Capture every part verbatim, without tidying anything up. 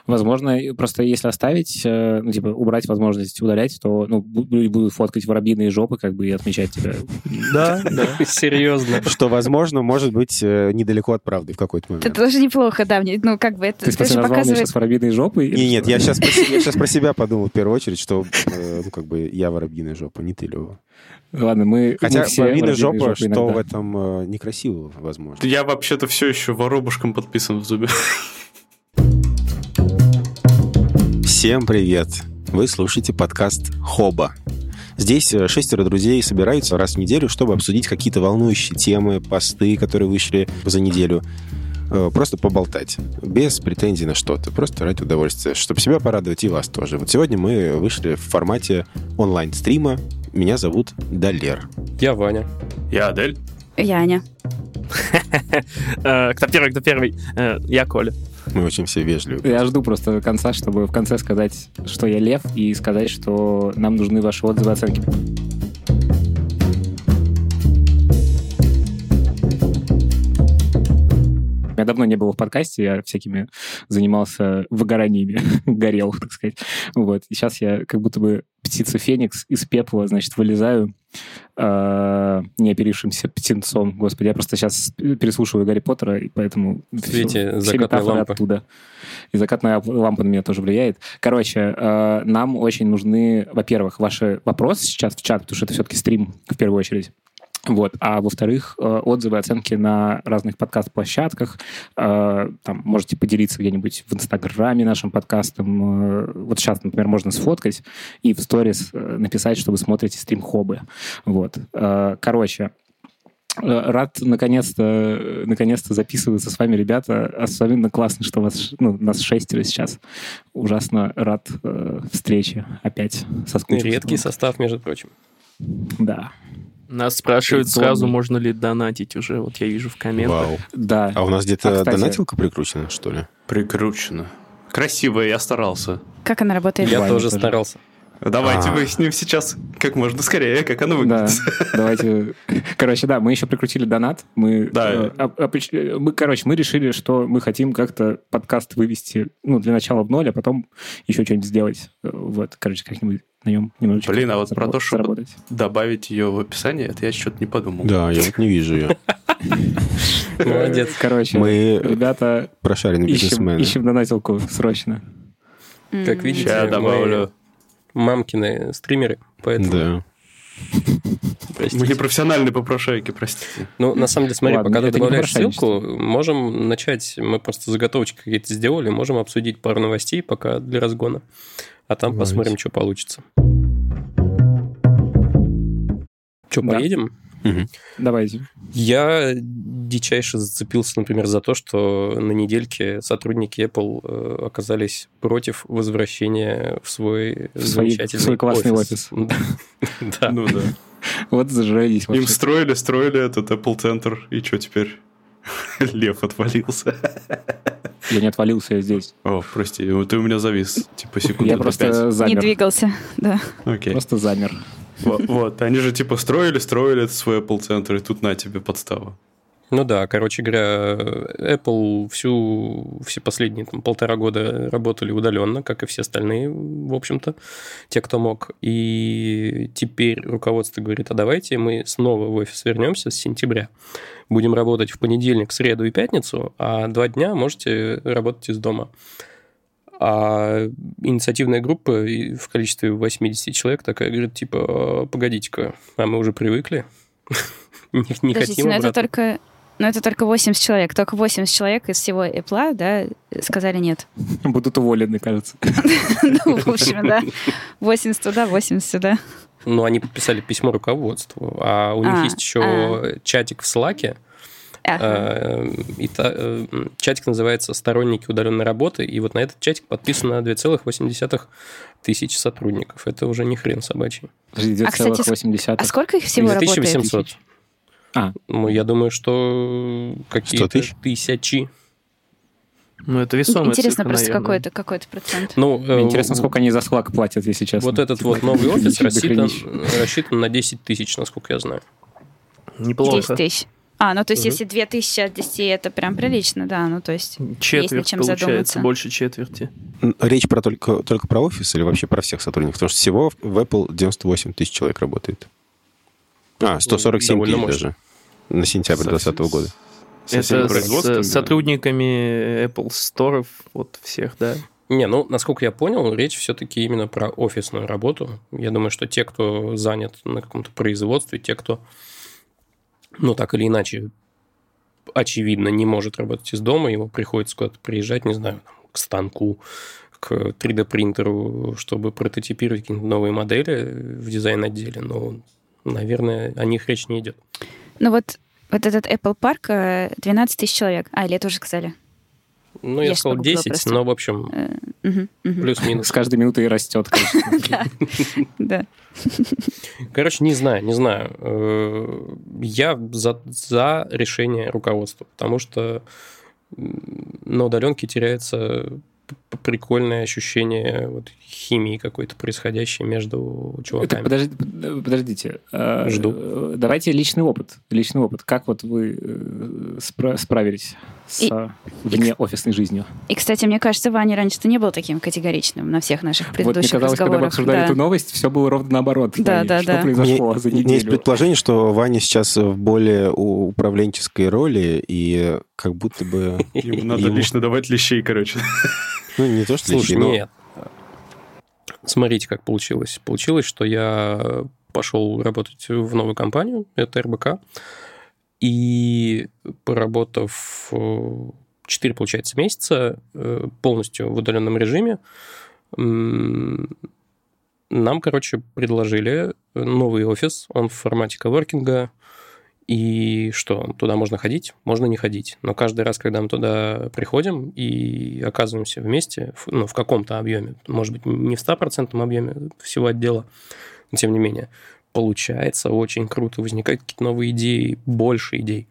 Возможно, просто если оставить, ну, типа, убрать возможность удалять, то, ну, люди будут фоткать воробьиные жопы, как бы, и отмечать тебя. Да, да. Серьезно. Что, возможно, может быть недалеко от правды в какой-то момент. Это тоже неплохо, да. Ну, как бы это тоже показывает... Ты назвал меня сейчас воробьиной жопой? Нет, нет, я сейчас, про, я сейчас про себя подумал в первую очередь, что, ну, как бы, я воробьиная жопа, не ты, Лёва. Ладно, мы... Хотя мы все воробьиная жопа, что иногда. в этом э, некрасивого, возможно. Я вообще-то все еще воробушком подписан в зубе. Всем привет! Вы слушаете подкаст «Хоба». Здесь шестеро друзей собираются раз в неделю, чтобы обсудить какие-то волнующие темы, посты, которые вышли за неделю. Просто поболтать, без претензий на что-то, просто ради удовольствия, чтобы себя порадовать и вас тоже. Вот сегодня мы вышли в формате онлайн-стрима. Меня зовут Далер. Я Ваня. Я Адель. Я Аня. Кто первый, кто первый? Я Коля. Мы очень все вежливы. Я жду просто конца, чтобы в конце сказать, что я Лев, и сказать, что нам нужны ваши отзывы и оценки. Я давно не был в подкасте, я всякими занимался выгораниями, горел, так сказать. Вот. И сейчас я как будто бы птица Феникс из пепла, значит, вылезаю э, неоперившимся птенцом. Господи, я просто сейчас переслушиваю Гарри Поттера, и поэтому... В свете все, закатной все лампы. Оттуда. И закатная лампа на меня тоже влияет. Короче, э, нам очень нужны, во-первых, ваши вопросы сейчас в чат, потому что это все-таки стрим в первую очередь. Вот. А во-вторых, отзывы, оценки на разных подкаст-площадках. Там можете поделиться где-нибудь в Инстаграме нашим подкастом. Вот сейчас, например, можно сфоткать и в сторис написать, что вы смотрите стрим Хобы. Вот. Короче, рад наконец-то, наконец-то записываться с вами, ребята. Особенно классно, что вас, ну, нас шестеро сейчас. Ужасно рад э, встрече опять. Соскучился. Редкий состав, между прочим. Да. Нас спрашивают сразу, можно ли донатить уже. Вот я вижу в комментах. Вау. Да. А у нас где-то а, кстати... донатилка прикручена, что ли? Прикручена. Красиво, я старался. Как она работает? Я Ваня тоже тоже. старался. Давайте А. выясним сейчас как можно скорее, как оно выглядит. Да, давайте. Короче, да, мы еще прикрутили донат. Мы, Да. э, а- а- мы, короче, мы решили, что мы хотим как-то подкаст вывести, ну, для начала в ноль, а потом еще что-нибудь сделать. Э, Вот, короче, как-нибудь на нем немножечко Блин, а вот про то, чтобы заработать. добавить ее в описание, это я что-то не подумал. Да, я вот не вижу ее. Молодец. Короче, Мы ребята, прошаренные ищем, бизнесмены. ищем донатилку срочно. Как видите, Сейчас добавлю. мы мамкины стримеры, поэтому... Да. Простите. Мы не профессиональные попрошайки, простите. Ну, на самом деле, смотри, Ладно, пока ты это не добавляешь попрошайничество. ссылку, можем начать, мы просто заготовочки какие-то сделали, можем обсудить пару новостей пока для разгона, а там Давайте. посмотрим, что получится. Что, Да. поедем? Мгм. Давайте. Я дичайше зацепился, например, за то, что на недельке сотрудники Apple э, оказались против возвращения в свой В свой- замечательный в свой классный офис. Да. Ну да. Вот зажрались вообще. Им строили, строили этот Apple Center, и что теперь? Лев отвалился. Я не отвалился, я здесь. О, прости, ты у меня завис, типа секунду Я на просто пять. Не замер. двигался, да. Окей. Просто замер. Вот, вот, они же типа строили, строили этот свой Apple Center, и тут на тебе подстава. Ну да, короче говоря, Apple всю, все последние там, полтора года работали удаленно, как и все остальные, в общем-то, те, кто мог. И теперь руководство говорит, а давайте мы снова в офис вернемся с сентября. Будем работать в понедельник, среду и пятницу, а два дня можете работать из дома. А инициативная группа в количестве восемьдесят человек такая говорит, типа, погодите-ка, а мы уже привыкли, не не Подождите, хотим но это обратно. только... Но это только восемьдесят человек. Только восемьдесят человек из всего Apple, да, сказали нет. Будут уволены, кажется. Ну, в общем, да. восемьдесят туда, восемьдесят сюда. Ну, они подписали письмо руководству, а у них А, есть еще чатик в Slack'е. Ага. э, и та- э, чатик называется «Сторонники удаленной работы», и вот на этот чатик подписано две целых восемь десятых тысячи сотрудников. Это уже не хрен собачий. Подожди, А, кстати, две целых восемь десятых. А сколько их всего две тысячи работает? восемьсот. А, Ну, я думаю, что какие-то тысяч? тысячи. Ну, это весомая Интересно цифра, просто наверное. какой-то, какой-то процент. Ну, мне э, интересно, сколько они за Slack платят, если честно. вот этот Типа, вот новый офис до рассчитан, хренища. рассчитан на десять тысяч, насколько я знаю. Неплохо. десять тысяч. А, ну то есть Мгм. если две тысячи от десяти, это прям прилично, да, ну то есть есть над Четверть, чем получается, задуматься. больше четверти. М, Речь про только, только про офис или вообще про всех сотрудников? Потому что всего в Apple девяносто восемь тысяч человек работает. А, сто сорок семь Довольно тысяч мощно. даже на сентябрь Совсем- двадцатого года. Со всеми Это с производствами. сотрудниками Apple Store, вот всех, да. Не, ну, насколько я понял, речь все-таки именно про офисную работу. Я думаю, что те, кто занят на каком-то производстве, те, кто, ну, так или иначе, очевидно, не может работать из дома, ему приходится куда-то приезжать, не знаю, там, к станку, к три дэ-принтеру, чтобы прототипировать какие-нибудь новые модели в дизайн-отделе. Но, наверное, о них речь не идет. Ну вот, вот этот Apple Park э, двенадцать тысяч человек. А, или это уже сказали? Ну, Я я ж сказал погуглила десять, просто. но, в общем, Э, мгм, мгм. плюс-минус. С каждой минутой растет, конечно. Да. Короче, не знаю, не знаю. Э, Я за, за решение руководства, потому что м, на удаленке теряется п- прикольное ощущение вот, химии какой-то происходящей между Так, чуваками. подожди- под- подождите. А, Жду. э, Давайте личный опыт. Личный опыт. Как вот вы э, спра- справились с И- а, внеофисной жизнью? И, кстати, мне кажется, Ваня раньше-то не был таким категоричным на всех наших Вот мне предыдущих казалось, когда мы разговорах. обсуждали Да. эту новость, все было ровно наоборот. Да, Ваня. да, Что да. произошло Мне- за У меня есть неделю? предположение, что Ваня сейчас в более у- управленческой роли, и как будто бы... Ему надо ему- лично давать лещей, короче. Ну, не то, что Слушай, личный, но- нет. Смотрите, как получилось. Получилось, что я пошел работать в новую компанию, это эр бэ ка, и поработав четыре, получается, месяца э, полностью в удаленном режиме, м, нам, короче, предложили новый офис, он в формате коворкинга, и что, туда можно ходить, можно не ходить. Но каждый раз, когда мы туда приходим и оказываемся вместе, в- ну, в каком-то объеме, может быть, не в стопроцентном объеме всего отдела, но тем не менее, получается очень круто, возникают какие-то новые идеи, больше идей.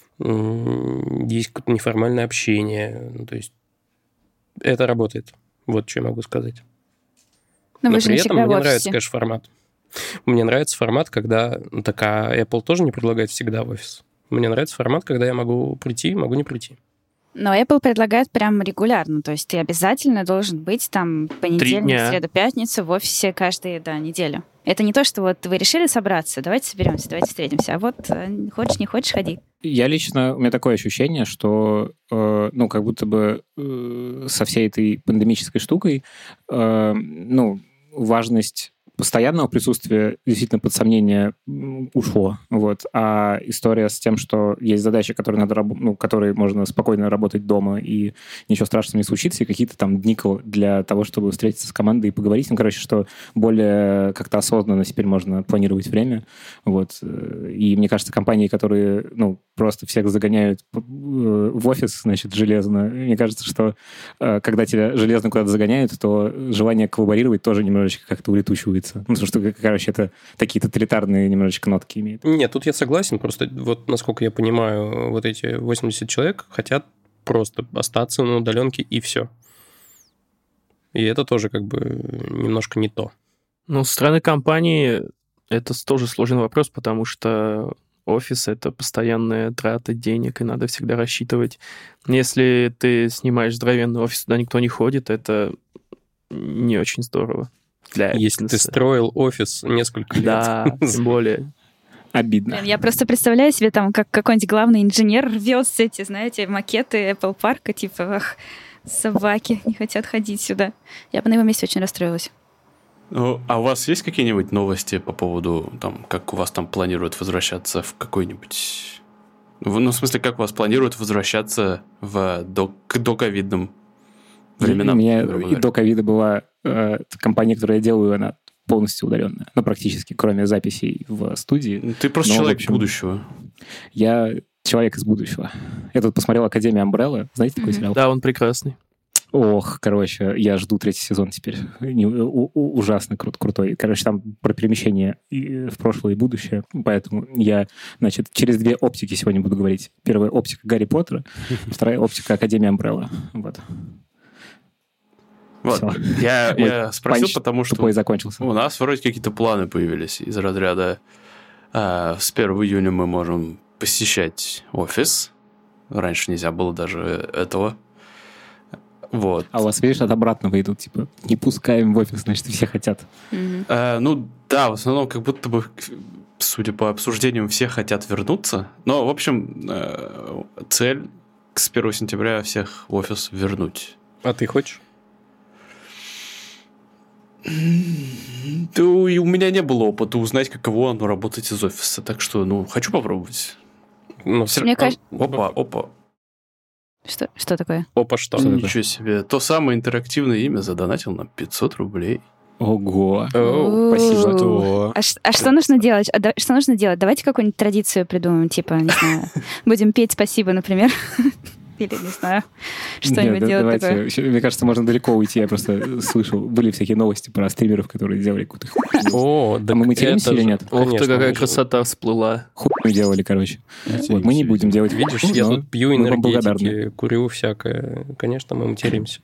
М, Есть какое-то неформальное общение, ну, то есть это работает. Вот что я могу сказать. Но Но вы же при не этом всегда в мне нравится, офисе. конечно, формат. Мне нравится формат, когда... ну, Так, а Apple тоже не предлагает всегда в офис. Мне нравится формат, когда я могу прийти, могу не прийти. Но Apple предлагает прям регулярно. То есть ты обязательно должен быть там понедельник, дня. среда, пятница в офисе каждую да, неделю. Это не то, что вот вы решили собраться, давайте соберемся, давайте встретимся. А вот э, хочешь, не хочешь, ходи. Я лично, у меня такое ощущение, что, э, ну, как будто бы э, со всей этой пандемической штукой, э, ну, важность постоянного присутствия действительно под сомнение м, ушло. Вот. А история с тем, что есть задачи, которые надо раб- ну, которые можно спокойно работать дома, и ничего страшного не случится, и какие-то там дни для того, чтобы встретиться с командой и поговорить. Ну, короче, что более как-то осознанно теперь можно планировать время. Вот. И мне кажется, компании, которые, ну, просто всех загоняют в офис, значит, железно, мне кажется, что э, когда тебя железно куда-то загоняют, то желание коллаборировать тоже немножечко как-то улетучивается. Ну, потому что, короче, это такие тоталитарные немножечко нотки имеет. Нет, тут я согласен. Просто вот, насколько я понимаю, вот эти восемьдесят человек хотят просто остаться на удаленке, и все. И это тоже как бы немножко не то. Ну, со стороны компании это тоже сложный вопрос, потому что офис — это постоянная трата денег, и надо всегда рассчитывать. Если ты снимаешь здоровенный офис, туда никто не ходит, это не очень здорово. Для Если ты бизнеса. строил офис несколько лет. Да, тем более. Обидно. Блин, я просто представляю себе там, как какой-нибудь главный инженер рвет с эти, знаете, макеты Apple парка, типа, ах, собаки не хотят ходить сюда. Я бы на его месте очень расстроилась. Ну, а у вас есть какие-нибудь новости по поводу, там, как у вас там планируют возвращаться в какой-нибудь... Ну, в смысле, как у вас планируют возвращаться в до... к доковидным временам? У меня грубо и говоря? до ковида была э, компания, которую я делаю, она полностью удаленная. Ну, практически, кроме записей в студии. Ты просто Но, человек в общем, будущего. Я человек из будущего. Я тут посмотрел «Академия Umbrella». Знаете такой Мгм. сериал? Да, он прекрасный. Ох, короче, я жду третий сезон теперь. Не- у- у- ужасно крут, крутой. Короче, там про перемещение и в прошлое и будущее. Поэтому я, значит, через две оптики сегодня буду говорить. Первая оптика Гарри Поттера, вторая оптика Академия Umbrella. Вот. Вот. Всё. Я, Мой я спросил, панч потому что Тупой закончился. у нас вроде какие-то планы появились из разряда а, с первого июня мы можем посещать офис. Раньше нельзя было даже этого. Вот. А у вас, видишь, от обратного идут, типа, не пускаем в офис, значит, все хотят. Мгм. Э, ну да, в основном как будто бы, судя по обсуждениям, все хотят вернуться. Но, в общем, э, цель с первого сентября всех в офис вернуть. А ты хочешь? Да и у меня не было опыта узнать, каково оно работать из офиса. Так что, ну, хочу попробовать. Ну, Всё Мне равно- кажется- Опа, опа. Что, что такое? опа, что? Что такое? Ничего себе. То самое интерактивное имя задонатил на пятьсот рублей. Ого. Оу. Спасибо. Что? А, ш- а что нужно делать? А да- что нужно делать? Давайте какую-нибудь традицию придумаем, типа, не знаю, будем петь «Спасибо», например. Или, не знаю, что-нибудь Нет, да- делать давайте. такое. Ещё, мне кажется, можно далеко уйти. Я просто слышал, были всякие новости про стримеров, которые делали какую-то хуйню. О, да А мы материмся это или же- нет? Ох ты, Конечно, какая мы же- красота всплыла. Хуйню делали, короче. Вот, мы не будем делать. Видишь, хуйню, я но тут пью мы вам благодарны. энергетики, курю всякое. Конечно, мы материмся.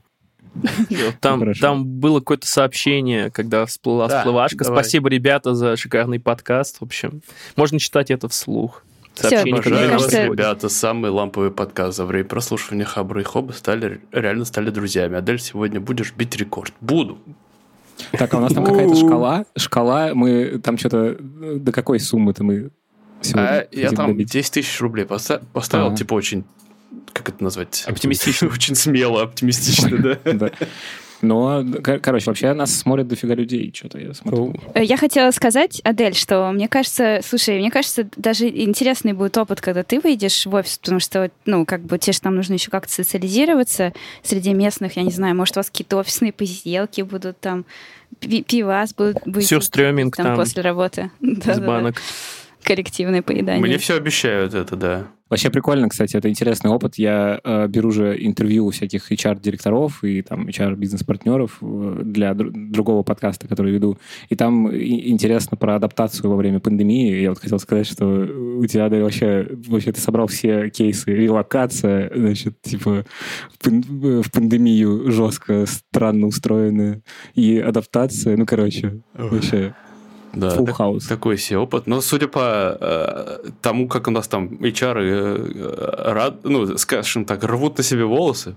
Там, Хорошо. там было какое-то сообщение, когда всплыла Да, всплывашка. давай. Спасибо, ребята, за шикарный подкаст. В общем, можно читать это вслух. Всё, Сообщение, мне которое Обожаю вас, кажется- происходит. ребята. Самый ламповый подкаст. За время прослушивания Хабра и Хоба стали, реально стали друзьями. Адель, сегодня будешь бить рекорд. Буду. Так, а у нас там какая-то шкала. Шкала, мы там что-то... До какой суммы-то мы сегодня А я хотим там добить? десять тысяч рублей поста- поставил, Ага. типа очень... Как это назвать? Оптимистично. Очень смело, оптимистично, да. Да. Но, кор- короче, вообще нас смотрят дофига людей. Что-то я смотрю. Э, Я хотела сказать, Адель, что мне кажется, слушай, мне кажется, даже интересный будет опыт, когда ты выйдешь в офис, потому что, ну, как бы тебе же там нужно еще как-то социализироваться среди местных, я не знаю, может, у вас какие-то офисные посиделки будут там, пи- пивас будут быть Сюрстрёминг там там после работы. из Да-да-да. банок. Коллективное поедание. Мне все обещают это, да. Вообще прикольно, кстати, это интересный опыт. Я э, беру же интервью у всяких эйч ар-директоров и там эйч ар-бизнес-партнеров э, для др- другого подкаста, который веду. И там и- интересно про адаптацию во время пандемии. Я вот хотел сказать, что у тебя, да, вообще, вообще ты собрал все кейсы. Релокация, значит, типа в, пан- в пандемию жестко, странно устроенная. И адаптация, ну, короче, вообще Да, full так- house. такой себе опыт. Но судя по э, тому, как у нас там эйч ар, э, э, рад, ну, скажем так, рвут на себе волосы,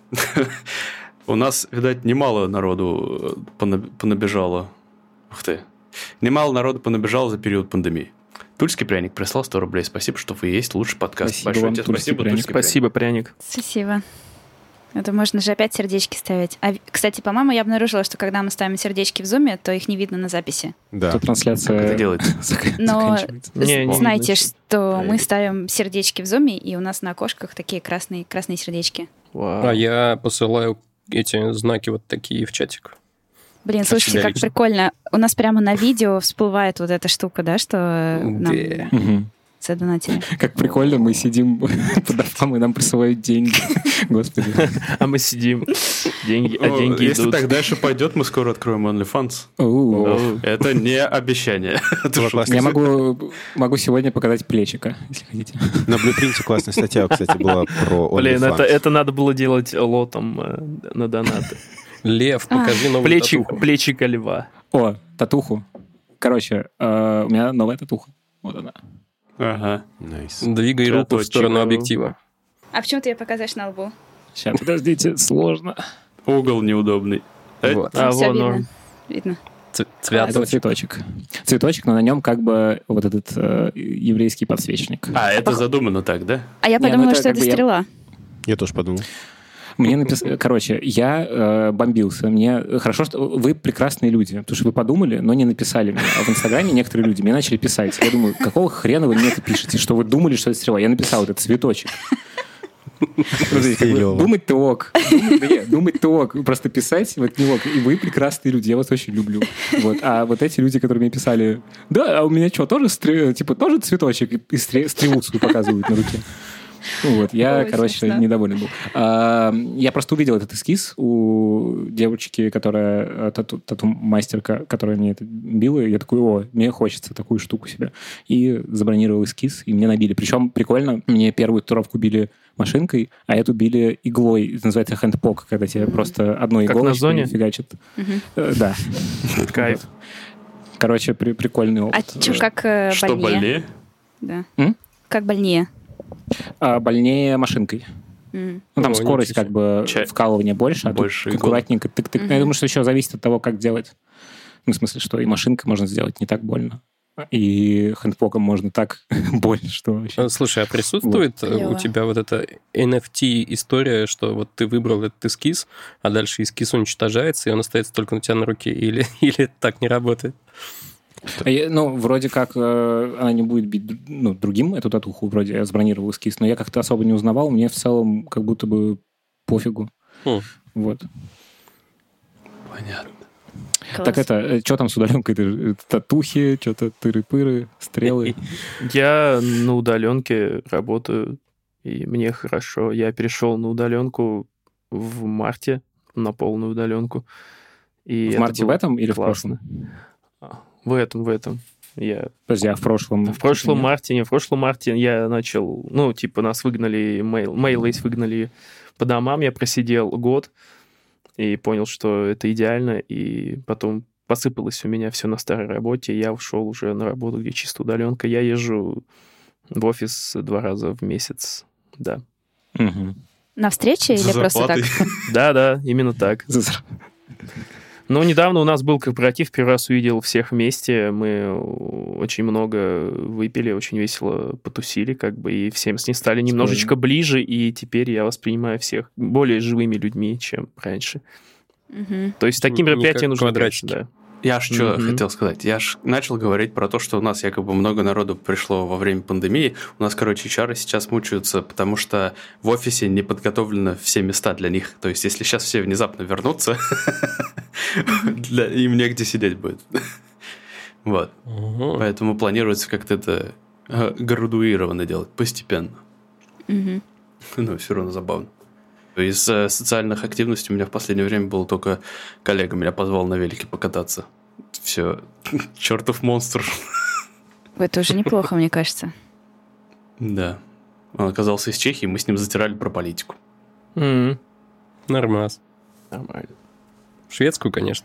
у нас, видать, немало народу э, пона- понабежало. Ух ты. Немало народу понабежало за период пандемии. Тульский пряник прислал сто рублей. Спасибо, что вы есть. Лучший подкаст. Спасибо Большое вам, тебе Тульский спасибо, пряник. Тульский пряник. Спасибо, пряник. Спасибо. Это можно же опять сердечки ставить. А, кстати, по-моему, я обнаружила, что когда мы ставим сердечки в зуме, то их не видно на записи. Да. Тут трансляция Как это делается? зак- Но заканчивается. Не, не знаете, видно. что мы Ай. ставим сердечки в зуме, и у нас на окошках такие красные, красные сердечки. Вау. А я посылаю эти знаки вот такие в чатик. Блин, слушайте, как лично. прикольно. У нас прямо на видео всплывает вот эта штука, да, что э, нам Да. Мгм. задонатили. Как прикольно, мы сидим под дофам, и нам присылают деньги. Господи. А мы сидим. Деньги, а Ну, деньги Если идут. так дальше пойдет, мы скоро откроем OnlyFans. Оу. Оу. Это не обещание. Это Была шутка. классная Я могу, могу сегодня показать плечика, если хотите. На Блюпринте классная статья, кстати, была про Блин, OnlyFans. это, это надо было делать лотом э, на донаты. Лев, покажи новую Плечи, татуху. плечика льва. О, татуху. Короче, э, у меня новая татуха. Вот она. Ага. Найс. Двигай руку в Татуировка. сторону объектива. А почему ты ее показываешь на лбу? Сейчас, подождите, сложно. Угол неудобный. Э, Вот. А, Всё вон видно. он. Видно. Ц- Это вот Цвяточек. цветочек. Цветочек, но на нем как бы вот этот э, еврейский подсвечник. А, это задумано так, да? А я Не, ну подумала, это что как это бы я- стрела. Я тоже подумал. Мне написали... Короче, я э, бомбился. Мне хорошо, что вы прекрасные люди, потому что вы подумали, но не написали мне. А в Инстаграме некоторые люди мне начали писать. Я думаю, какого хрена вы мне это пишете? Что вы думали, что это стрела? Я написал, это цветочек. Подождите, как бы Лёва. Думать-то ок. Думать- да нет, Думать-то ок. Просто писать вот не ок. И вы прекрасные люди, я вас очень люблю. Вот. А вот эти люди, которые мне писали, да, а у меня что, тоже стре- типа тоже цветочек? И стре- стрелу свою показывают на руке. Ну вот, я, Ой, короче, смешно. недоволен был. А, я просто увидел этот эскиз у девочки, которая, э, тату- тату-мастерка, которая мне это била, и я такой, о, мне хочется такую штуку себе. И забронировал эскиз, и мне набили. Причем прикольно, мне первую татуировку били машинкой, а эту били иглой. Это называется хэндпок, когда тебе просто одной Как на иголочкой зоне? фигачат. Мгм. Э, Да. Кайф. Короче, при- прикольный А опыт. чё, как э, Что больнее? больнее? Да. М? как больнее? А, больнее машинкой. Mm. Ну, там О, скорость ничего как бы Ча- вкалывания больше, а больше тут игл. аккуратненько тык-тык. Мгм. Я думаю, что еще зависит от того, как делать. Ну, в смысле, что и машинкой можно сделать не так больно, и хэндпоком можно так больно, что вообще... А, Слушай, а присутствует Вот. э, у Клево. тебя вот эта эн эф ти-история, что вот ты выбрал этот эскиз, а дальше эскиз уничтожается, и он остается только у тебя на руке, или, или так не работает? А я- Ну, вроде как э, она не будет бить ну, другим эту татуху, вроде я забронировал эскиз, но я как-то особо не узнавал, мне в целом как будто бы пофигу. Хм. Вот. Понятно. Класс. Так это, что там с удаленкой? Ты- Татухи, что-то тыры-пыры, стрелы. Я на удаленке работаю, и мне хорошо. Я перешел на удаленку в марте, на полную удаленку. И В это марте в было этом или в классно. прошлом? А, В этом, в этом. Я Подожди, а в прошлом? в прошлом Нет? марте, не в прошлом марте я начал, ну, типа, нас выгнали, мейл, мейлейс выгнали по домам, я просидел год и понял, что это идеально, и потом посыпалось у меня все на старой работе, я ушел уже на работу, где чисто удаленка. Я езжу в офис два раза в месяц, да. Мгм. На встрече или За просто так? зарплатой. Да-да, именно так. Ну, недавно у нас был корпоратив, первый раз увидел всех вместе, мы очень много выпили, очень весело потусили, как бы, и всем с ней стали немножечко ближе, и теперь я воспринимаю всех более живыми людьми, чем раньше. Мгм. То есть такие Не мероприятия как нужны, квадратики. конечно, да. Я ж что Мгм. хотел сказать. Я ж начал говорить про то, что у нас якобы много народу пришло во время пандемии. У нас, короче, эйч ар сейчас мучаются, потому что в офисе не подготовлены все места для них. То есть, если сейчас все внезапно вернутся, для- им негде сидеть будет. Вот. Ага. Поэтому планируется как-то это э, градуированно делать, постепенно. Мгм. Но все равно забавно. Из э, социальных активностей у меня в последнее время было только коллега меня позвал на велике покататься. Все, чертов монстр. Это уже неплохо, мне кажется. Да. Он оказался из Чехии, мы с ним затирали про политику. М, Нормас. Нормально. Шведскую, конечно.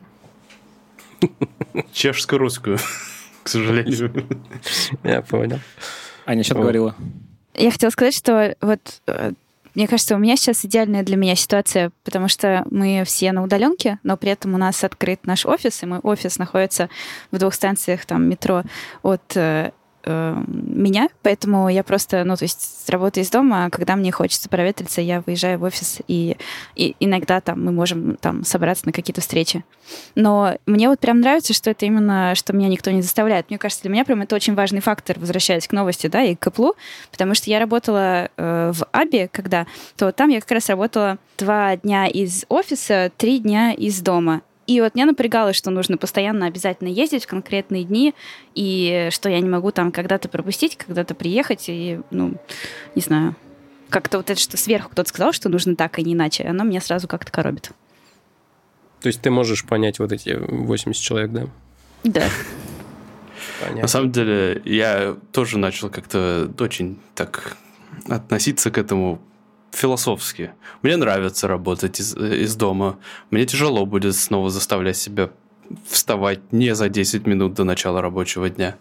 Чешско-русскую, к сожалению. Я понял. Аня что О. говорила? Я хотела сказать, что вот э, мне кажется, у меня сейчас идеальная для меня ситуация, потому что мы все на удаленке, но при этом у нас открыт наш офис, и мой офис находится в двух станциях там метро от э, э, меня, поэтому я просто, ну, то есть работаю из дома, а когда мне хочется проветриться, я выезжаю в офис, и, и иногда там мы можем там собраться на какие-то встречи. Но мне вот прям нравится, что это именно, что меня никто не заставляет. Мне кажется, для меня прям это очень важный фактор, возвращаясь к новости, да, и к Apple, потому что я работала э, в Аби, когда, то там я как раз работала два дня из офиса, три дня из дома. И вот меня напрягало, что нужно постоянно обязательно ездить в конкретные дни, и что я не могу там когда-то пропустить, когда-то приехать, и, ну, не знаю, как-то вот это, что сверху кто-то сказал, что нужно так, и не иначе, оно меня сразу как-то коробит. То есть ты можешь понять вот эти восемьдесят человек, да? Да. Понятно. На самом деле, я тоже начал как-то очень так относиться к этому философски. Мне нравится работать из, из дома. Мне тяжело будет снова заставлять себя вставать не за десять минут до начала рабочего дня.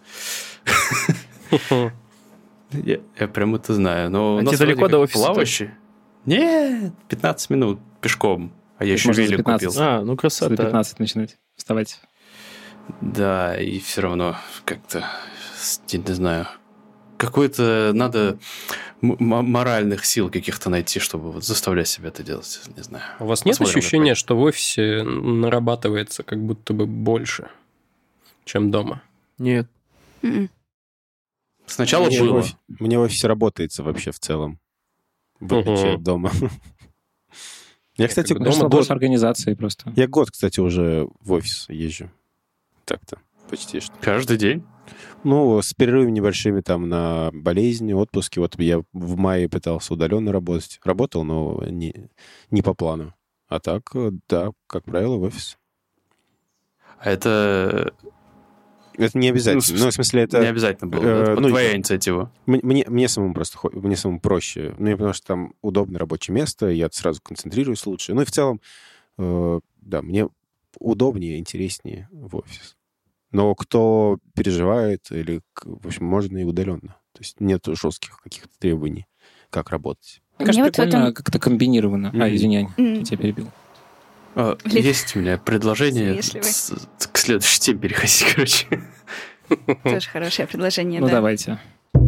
Я, я прям это знаю. Но у А нас тебе далеко вроде до как офиса-то? плавающий. Нет, пятнадцать минут пешком. А я Так еще можно за велик пятнадцать. купил. А, ну С красота. пятнадцать начинать вставать. Да, и все равно как-то, с- я не знаю, какой-то надо м- м- моральных сил каких-то найти, чтобы вот заставлять себя это делать. Не знаю. У вас нет Посмотрим, как ощущения, пойдет. что в офисе нарабатывается как будто бы больше, чем дома? Нет. М-м. Сначала Мне в было. офи- Мне в офисе работается вообще в целом. В отличие Мгм. от дома. Я, кстати, как бы Дома дома вопрос год, организации просто. я год, кстати, уже в офис езжу. Так-то, почти что. Каждый день. Ну, с перерывами небольшими там на болезни, отпуски. Вот я в мае пытался удаленно работать. Работал, но не, не по плану. А так, э, да, как правило, в офис. А это Это не обязательно. Ну, Ну, в смысле, это... не обязательно было. э, Это ну, твоя инициатива. М- Мне, мне самому просто хо- мне самому проще. Ну, и потому что там удобное рабочее место, я сразу концентрируюсь лучше. Ну и в целом, э, да, мне удобнее, интереснее в офис. Но кто переживает, или, к- в общем, можно и удаленно. То есть нет жестких каких-то требований, как работать. Мне кажется, Мне вот прикольно в этом- как-то комбинировано. А, Мгм. извиняй, Мгм. я тебя перебил. А, Блин. Есть у меня предложение Вежливый. с- к следующей теме переходить, короче. Тоже хорошее предложение, Ну, да. давайте.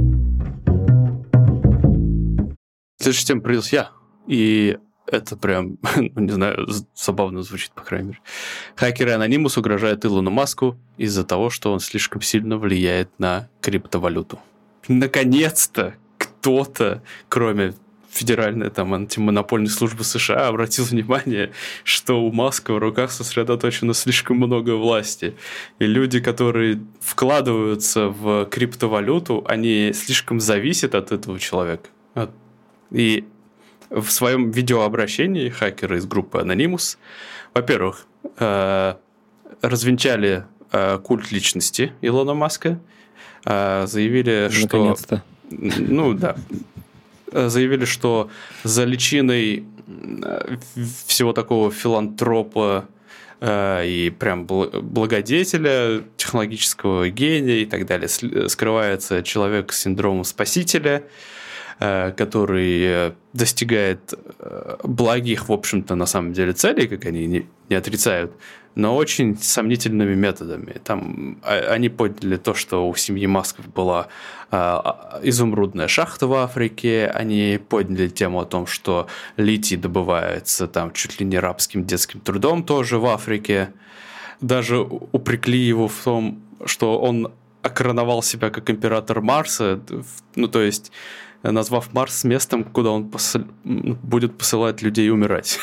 Следующая тема появился я. И это прям, ну, не знаю, з- забавно звучит, по крайней мере. Хакеры Anonymous угрожают Илону Маску из-за того, что он слишком сильно влияет на криптовалюту. Наконец-то кто-то, кроме Федеральной там, антимонопольной службы США, обратил внимание, что у Маска в руках сосредоточено слишком много власти. И люди, которые вкладываются в криптовалюту, они слишком зависят от этого человека. От- И в своем видеообращении хакеры из группы Anonymous, во-первых, э, развенчали э, культ личности Илона Маска, э, заявили, что... Наконец-то. Ну, да. Э, Заявили, что за личиной э, всего такого филантропа э, и прям бл- благодетеля, технологического гения и так далее сли- скрывается человек с синдромом спасителя, э, который э, достигает э, благих, в общем-то, на самом деле целей, как они не, не отрицают, но очень сомнительными методами. Там а- они подняли то, что у семьи Масков была а, изумрудная шахта в Африке, они подняли тему о том, что литий добывается там чуть ли не рабским детским трудом тоже в Африке. Даже упрекли его в том, что он окороновал себя как император Марса, ну то есть назвав Марс местом, куда он посыл- будет посылать людей умирать.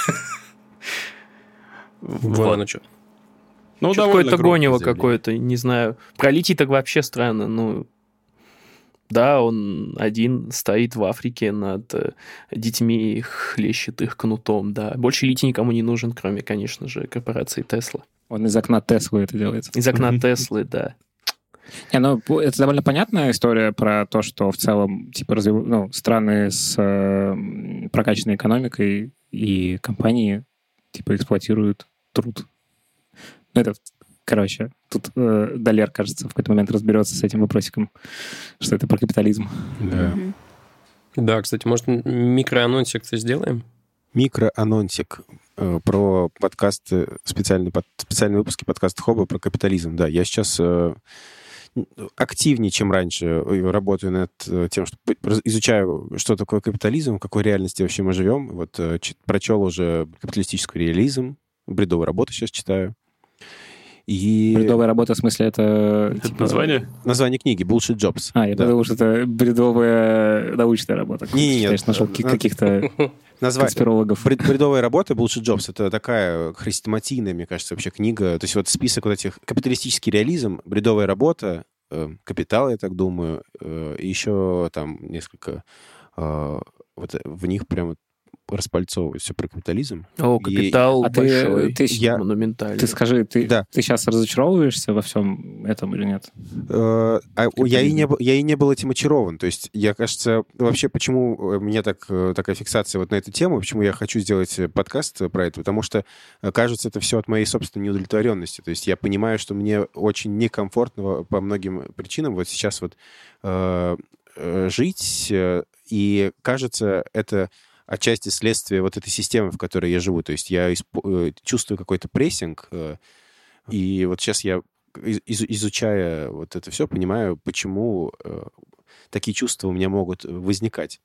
Вон оно что. Ну, Чё-то довольно какое-то громкое гонево заявление. какое-то, не знаю. Про литий так вообще странно. Ну, да, он один стоит в Африке над э, детьми, хлещет их кнутом, да. Больше литий никому не нужен, кроме, конечно же, корпорации Тесла. Он из окна Теслы это делается. Из окна Мгм. Теслы, да. Не, ну, это довольно понятная история про то, что в целом типа, развив- ну, страны с э, прокачанной экономикой и компании типа эксплуатируют труд. Ну, это, короче, тут э, Далер, кажется, в какой-то момент разберется с этим вопросиком, что это про капитализм. Да. Мгм. Да, кстати, может, м- микроанонсик-то сделаем? Микроанонсик э, про подкасты, специальный, под, специальные выпуски подкаста Хоба про капитализм. Да, я сейчас э, активнее, чем раньше, э, работаю над э, тем, что п- раз- изучаю, что такое капитализм, в какой реальности вообще мы живем. Вот э, чит- прочел уже капиталистический реализм, бредовую работу сейчас читаю. И Бредовая работа, в смысле, это... Это типа, название? название книги «Bullshit Jobs». А, я Да. подумал, что это бредовая научная работа. Не-не-не, Считаешь, нашел э, ки- на- каких-то Назва- конспирологов. Бред- Бредовая работа «Bullshit Jobs» — это такая хрестоматийная, мне кажется, вообще книга. То есть вот список вот этих... Капиталистический реализм, бредовая работа, э, капитал, я так думаю, э, и еще там несколько... э, вот в них прям распальцовывают все про капитализм. О, И- капитал А ты- большой, ты- я- монументальный. Ты скажи, ты, Да. ты сейчас разочаровываешься во всем этом или нет? Э, а я, и не, был- я и не был этим очарован. То есть, я, кажется, вообще, почему у меня так, э, такая фиксация вот на эту тему, почему я хочу сделать э, подкаст про это, потому что, э, кажется, это все от моей собственной неудовлетворенности. То есть, я понимаю, что мне очень некомфортно по многим причинам вот сейчас вот э, э, жить, э, и, кажется, это отчасти следствие вот этой системы, в которой я живу. То есть, я испо- э, чувствую какой-то прессинг, э, и вот сейчас я из- изучая вот это все, понимаю, почему э, такие чувства у меня могут возникать.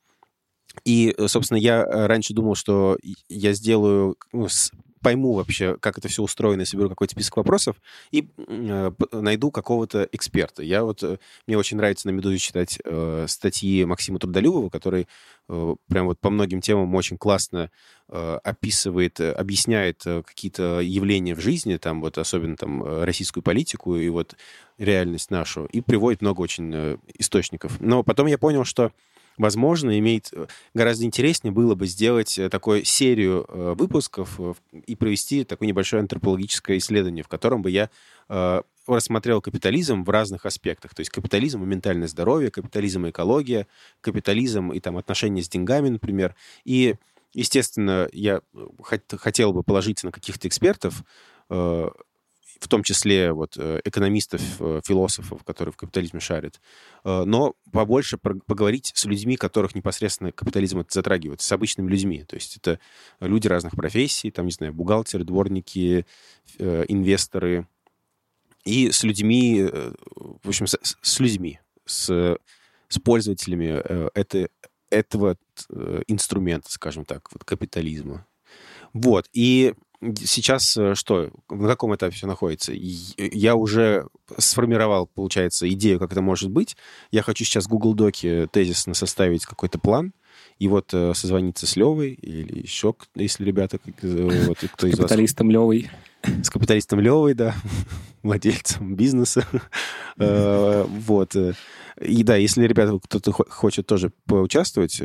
И, э, собственно, я э, раньше думал, что и- я сделаю, ну, с- пойму вообще, как это все устроено, и соберу какой-то список вопросов и э, п- найду какого-то эксперта. Я вот, э, мне очень нравится на «Медузе» читать э, статьи Максима Трудолюбова, который э, прям вот по многим темам очень классно э, описывает, э, объясняет э, какие-то явления в жизни, там вот особенно там э, российскую политику и вот реальность нашу, и приводит много очень э, источников. Но потом я понял, что возможно, имеет гораздо интереснее было бы сделать э, такую серию э, выпусков э, и провести такое небольшое антропологическое исследование, в котором бы я э, рассмотрел капитализм в разных аспектах. То есть капитализм и ментальное здоровье, капитализм и экология, капитализм и там отношения с деньгами, например. И, естественно, я хот- хотел бы положиться на каких-то экспертов, э, в том числе вот экономистов, философов, которые в капитализме шарят, но побольше поговорить с людьми, которых непосредственно капитализм это затрагивает, с обычными людьми. То есть это люди разных профессий, там, не знаю, бухгалтеры, дворники, инвесторы, и с людьми, в общем, с, с людьми, с, с пользователями это, этого инструмента, скажем так, вот, капитализма. Вот, и сейчас что, на каком этапе все находится? Я уже сформировал, получается, идею, как это может быть. Я хочу сейчас в Google Доке тезисно составить какой-то план, и вот созвониться с Левой или еще, если ребята, вот, кто из вас... С капиталистом Левой. С капиталистом Левой, да, владельцем бизнеса. Вот. И да, если ребята, кто-то хочет тоже поучаствовать...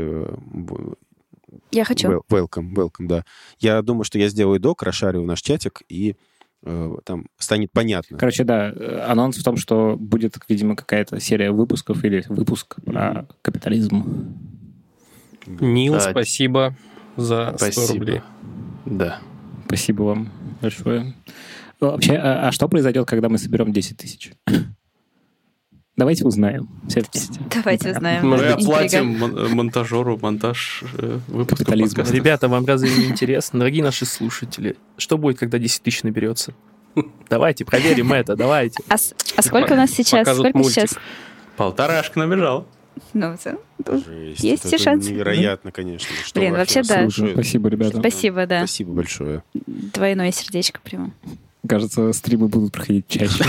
Я хочу. Welcome, welcome, да. Я думаю, что я сделаю док, расшарю наш чатик, и э, там станет понятно. Короче, да, анонс в том, что будет, видимо, какая-то серия выпусков или выпуск про капитализм. Нил, Да. спасибо за сто Спасибо. рублей. Да. Спасибо вам большое. Вообще, а, а что произойдет, когда мы соберем десять тысяч? Давайте узнаем все вместе. Давайте узнаем. Мы Интрига. оплатим мон- монтажеру монтаж э, выпуска Капитализм. подкаста. Ребята, вам разве не интересно? Дорогие наши слушатели, что будет, когда десять тысяч наберется? Давайте проверим это, давайте. А, с- а сколько у нас сейчас? Покажут Сколько мультик. сейчас? Полторашка набежал. Ну, все. Жесть, Есть это все шансы. Невероятно, конечно. Что Блин, вообще да. большое- Спасибо, ребята. Спасибо, да. Спасибо большое. Двойное сердечко прямо. Кажется, стримы будут проходить чаще.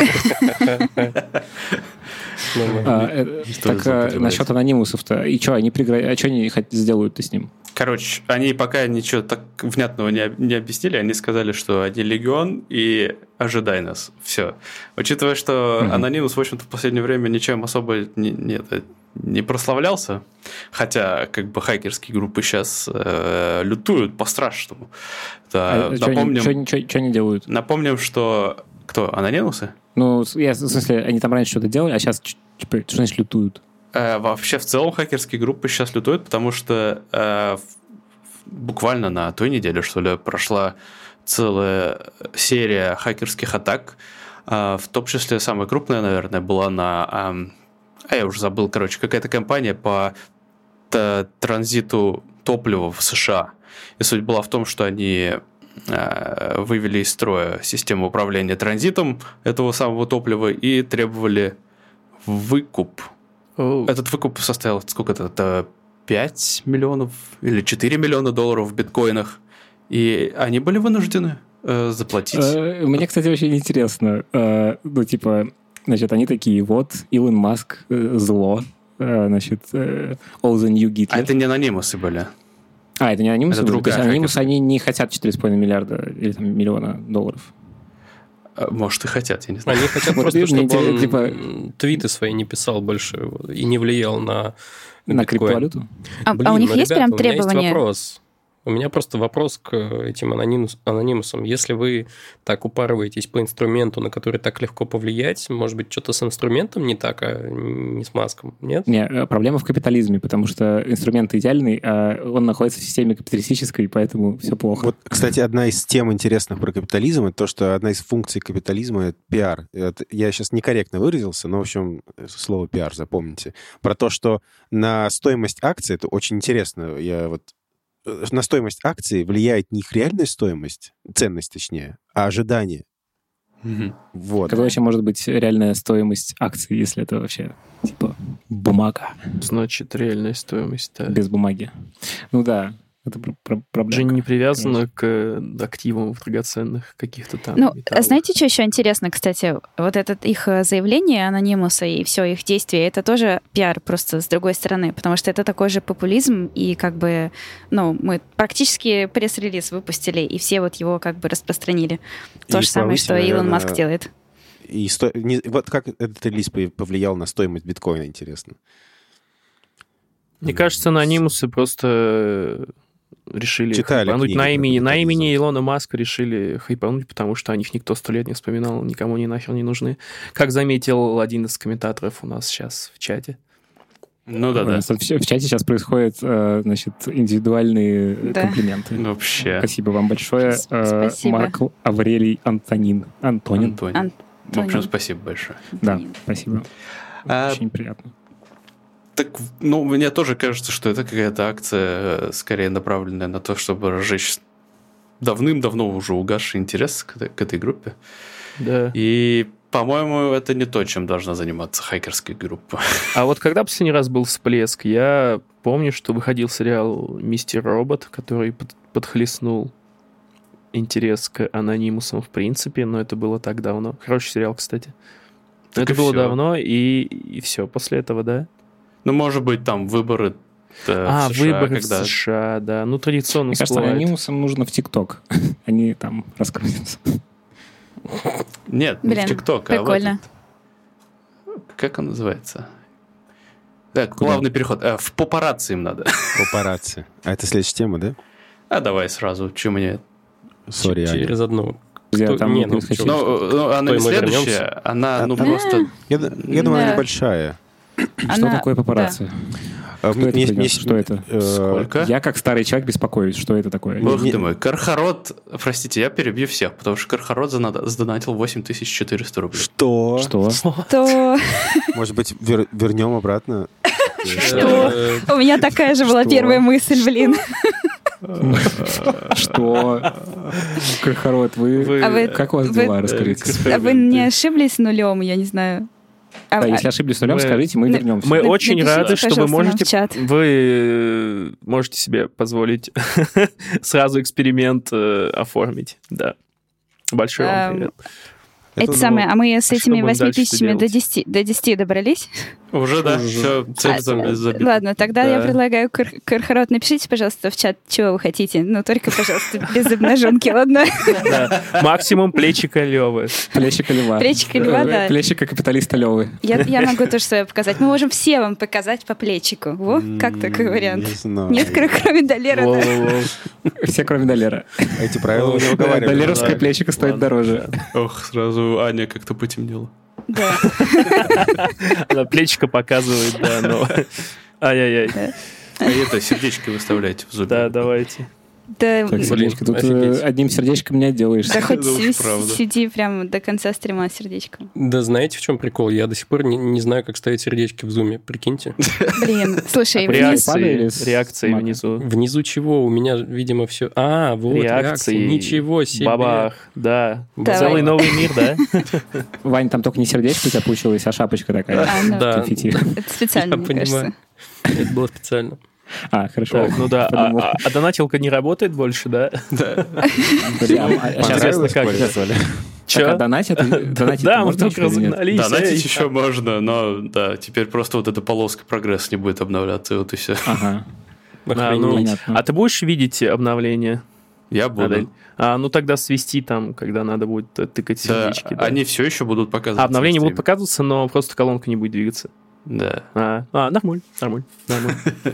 Ну, А, э, Что Так за а, потребность? насчет анонимусов-то. И что, они пригра... А что они хот- сделают-то с ним? Короче, они пока ничего так внятного не, об- не объяснили. Они сказали, что они легион и ожидай нас. Все. Учитывая, что Мгм. Анонимус, в общем-то, в последнее время ничем особо не, не, это, не прославлялся. Хотя, как бы, хакерские группы сейчас э, лютуют по-страшному. Да, А, что они, напомним, чё они- чё- чё они делают? напомним, что... Кто? Анонимусы? Ну, с- я, в смысле, они там раньше что-то делали, а сейчас типа, что значит лютуют? Э, вообще, в целом, хакерские группы сейчас лютуют, потому что э, в- буквально на той неделе, что ли, прошла целая серия хакерских атак. Э, в том числе самая крупная, наверное, была на... эм, а я уже забыл, короче, какая-то компания по т- транзиту топлива в США. И суть была в том, что они э, вывели из строя систему управления транзитом этого самого топлива и требовали выкуп. Оу. Этот выкуп составил сколько это? Это пять миллионов или четыре миллиона долларов в биткоинах. И они были вынуждены э, заплатить. Э, Мне, кстати, очень интересно. э, Ну, типа, значит, они такие, вот, Илон Маск, э, зло, э, значит, э, all the new Hitler. А это не анонимусы были. А, это не анонимусы? это были? То другая есть анонимусы, хакерская. они не хотят четыре с половиной миллиарда или там, миллиона долларов. Э, Может, и хотят, я не знаю. Они хотят Вот просто, мне чтобы интересно, он типа- м, твиты свои не писал больше и не влиял на На биткоин. криптовалюту? А, Блин, а у них ну, есть ребята, прям у меня есть требования? вопрос. У меня просто вопрос к этим анонимус, анонимусам. Если вы так упарываетесь по инструменту, на который так легко повлиять, может быть, что-то с инструментом не так, а не с Маском, нет? Не, э, проблема в капитализме, потому что инструмент идеальный, а он находится в системе капиталистической, поэтому все плохо. Вот, кстати, одна из тем интересных про капитализм, это то, что одна из функций капитализма — это пиар. Это, я сейчас некорректно выразился, но, в общем, слово пиар запомните. Про то, что на стоимость акций, это очень интересно, я вот на стоимость акций влияет не их реальная стоимость, ценность точнее, а ожидание. Мгм. Вот. Какая вообще может быть реальная стоимость акций, если это вообще типа бумага Значит, реальная стоимость, да. без бумаги? Ну да, это пр- пр- Же проблема. не привязано к э, активам в драгоценных каких-то там. Ну, металлах. знаете, что еще интересно, кстати? Вот это их э, заявление анонимуса и все их действия, это тоже пиар просто с другой стороны, потому что это такой же популизм, и как бы, ну, мы практически пресс-релиз выпустили, и все вот его как бы распространили. То И же самое, что повысили, Илон Маск наверное, делает. И сто... не- Вот как этот релиз пов- повлиял на стоимость биткоина, интересно. Мне кажется, анонимусы просто решили Читали хайпануть книги на про имени, на капитализм. имени Илона Маска решили хайпануть, потому что о них никто сто лет не вспоминал, никому они нахер не нужны. Как заметил один из комментаторов у нас сейчас в чате. Ну да, да. В, в чате сейчас происходят, э, значит, индивидуальные Да. комплименты. Вообще. Спасибо вам большое. Э, Спасибо. Марк Аврелий Антонин. Антонин. Антонин. Антонин. В общем, спасибо большое. Да, Антонин. спасибо. А, Очень приятно. Так, ну, мне тоже кажется, что это какая-то акция, э, скорее направленная на то, чтобы разжечь давным-давно уже угасший интерес к этой, к этой группе. Да. И, по-моему, это не то, чем должна заниматься хакерская группа. А вот когда последний раз был всплеск, я помню, что выходил сериал «Мистер Робот», который под- подхлестнул интерес к анонимусам в принципе, но это было так давно. Хороший сериал, кстати. Но Так это и было всё. давно, и, и все после этого, да? Ну, может быть, там выборы э, а, в США, выборы когда... в США, да. Ну, традиционно Мне кажется, всплывает. анонимусам нужно в ТикТок. Они там раскрутятся. Нет, не Блин, в ТикТок, а в прикольно. этот- Как он называется? Так, плавный переход. Э, в папарацци им надо. Папарацци. А это следующая тема, да? А давай сразу, что мне... Сори, Аня. Через одну. Я Кто- там не, ну, перескочил. чё, Ну, ну, она Той не мы следующая, вернемся. она, ну, А- просто... Я, д- я думаю, она Да. небольшая. Что Она- такое папарацци? А, Кто это мне- принес? мне- Что это? э, Сколько? Я, как старый человек, беспокоюсь. Что это такое? Ну, Бог не- ты мой, Кархарот, простите, я перебью всех, потому что Кархарот занада- задонатил восемь тысяч четыреста рублей. Что? Что? То Может быть, вер- вернем обратно? Что? Э, у меня такая же была Что? первая мысль, блин. Что? Кархарот, вы... Вы- А вы- Как у вас вы- дела? Расскажите. А вы не ошиблись нулем, я не знаю. А- Да, а- если ошиблись нулем, Мы- скажите, мы Ну, вернемся. Мы Вы очень напишите, рады, что вы пожалуйста, нам можете, в чат. вы э, можете себе позволить сразу эксперимент э, оформить. Да. Большой вам Эм, привет. Это ну, самое, а мы с что этими будем восьми дальше тысячами до делать? десяти, до десяти добрались? Уже, да, Уже. все, цель А, зомби забита. Ладно, тогда Да. я предлагаю, Кар- Кархарот, напишите, пожалуйста, в чат, чего вы хотите. Ну, только, пожалуйста, без обнаженки, ладно? Да. Максимум плечика Левы. Плещика льва. Плечика льва, да. Плещика капиталиста Левы. Я, я могу тоже свое показать. Мы можем все вам показать по плечику. Во, как такой М, вариант? Не знаю. Нет, кро- кроме Долера, да. Воу-воу-воу. Все, кроме Долера. Эти правила вы не выговариваете. Долеровское ладно. плечико стоит Ладно. дороже. Ох, сразу Аня как-то потемнела. Да. Она плечико показывает, да, но... Ай-яй-яй. А это сердечки выставляйте в зубе. Да, давайте. Да, Так, сердечко, тут офигеть. э, одним сердечком не отделаешься. да хоть Это уж си- правда. сиди прям до конца стрима с сердечком. Да знаете, в чем прикол? Я до сих пор не, не знаю, как ставить сердечки в зуме. Прикиньте. Блин, слушай, Реакция. вниз... iPad или Реакции, с реакции Mac? внизу. Внизу чего? У меня, видимо, все... А, вот, реакции. Реакции. Ничего себе. Бабах, да. Давай. Целый новый мир, да? Вань, там только не сердечко у тебя получилось, а шапочка такая. А, ну, Да, Конфетти. это специально, я мне понимаю. кажется. Это было специально. А, хорошо. Так, ну да. А, Подумал. а- а донатилка не работает больше, да? Да. Подожди, а- а сейчас Понравилось, как Коля? это? Так, а Че? донатит? Донатит Да, мы можно только еще или нет? разогнались. Донатить эй. еще можно, но да, теперь просто вот эта полоска прогресс не будет обновляться, и вот и все. Ага, А, Охренеть. ну, понятно. а ты будешь видеть обновления? Я буду. Адель? А, ну тогда свести там, когда надо будет э, тыкать Да, сердечки. да. они все еще будут показывать. А обновления будут показываться, но просто колонка не будет двигаться. Да. А, а нормуль, нормуль, нормуль.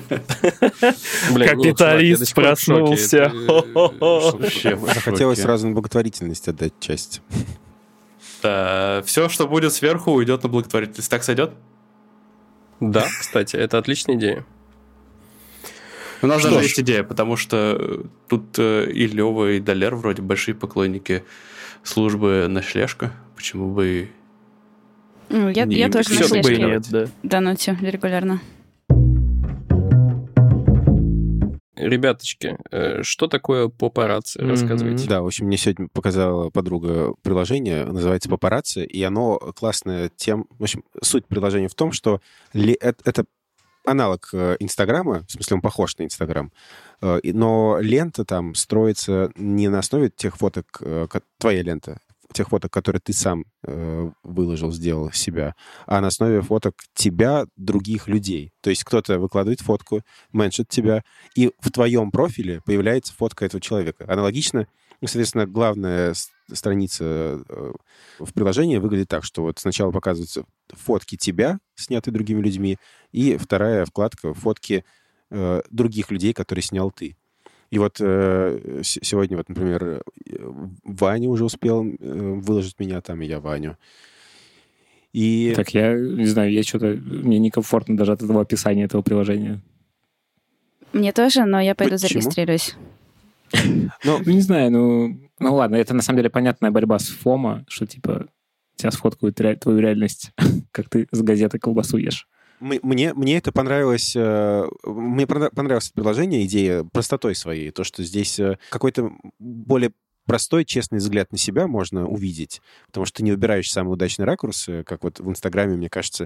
Блин, Капиталист нет, чувак, я до сих пор в шоке. проснулся. Это, э, Хо-хо-хо. Вообще в Захотелось шоке. сразу на благотворительность отдать часть. Да, все, что будет сверху, уйдет на благотворительность. Так сойдет? Да, кстати, это отличная идея. У нас Что даже ж. есть идея, потому что тут э, и Лева, и Долер вроде большие поклонники службы ночлежка. Почему бы и... Ну, я, Не, я тоже всё на Почему бы и слежке нет, да. донатю регулярно. Ребяточки, э, что такое папарацци? Мгм. Рассказывайте. Да, в общем, мне сегодня показала подруга приложение, называется «Папарацци», и оно классное тем... В общем, суть приложения в том, что ли- это, это аналог э, Инстаграма, в смысле, он похож на Инстаграм, э, и- но лента там строится не на основе тех фоток, э, ко- твоя лента, тех фоток, которые ты сам э, выложил, сделал себя, а на основе фоток тебя, других людей. То есть кто-то выкладывает фотку, меншит тебя, и в твоем профиле появляется фотка этого человека. Аналогично, ну, соответственно, главная с- страница э, в приложении выглядит так, что вот сначала показываются фотки тебя, снятые другими людьми, и вторая вкладка — фотки э, других людей, которые снял ты. И вот э, с- сегодня, вот, например, э, Ваня уже успел э, выложить меня там, и я Ваню. И... Так, я не знаю, я что-то... Мне некомфортно даже от этого описания этого приложения. Мне тоже, но я пойду Почему? зарегистрируюсь. Ну, не знаю, ну... Ну ладно, это на самом деле понятная борьба с фомо, что типа тебя сфоткают ре... твою реальность, как ты с газеты колбасу ешь. Мне, мне это понравилось, мне понравилось это приложение, идея простотой своей, то, что здесь какой-то более простой, честный взгляд на себя можно увидеть, потому что ты не выбираешь самый удачный ракурс, как вот в Инстаграме, мне кажется,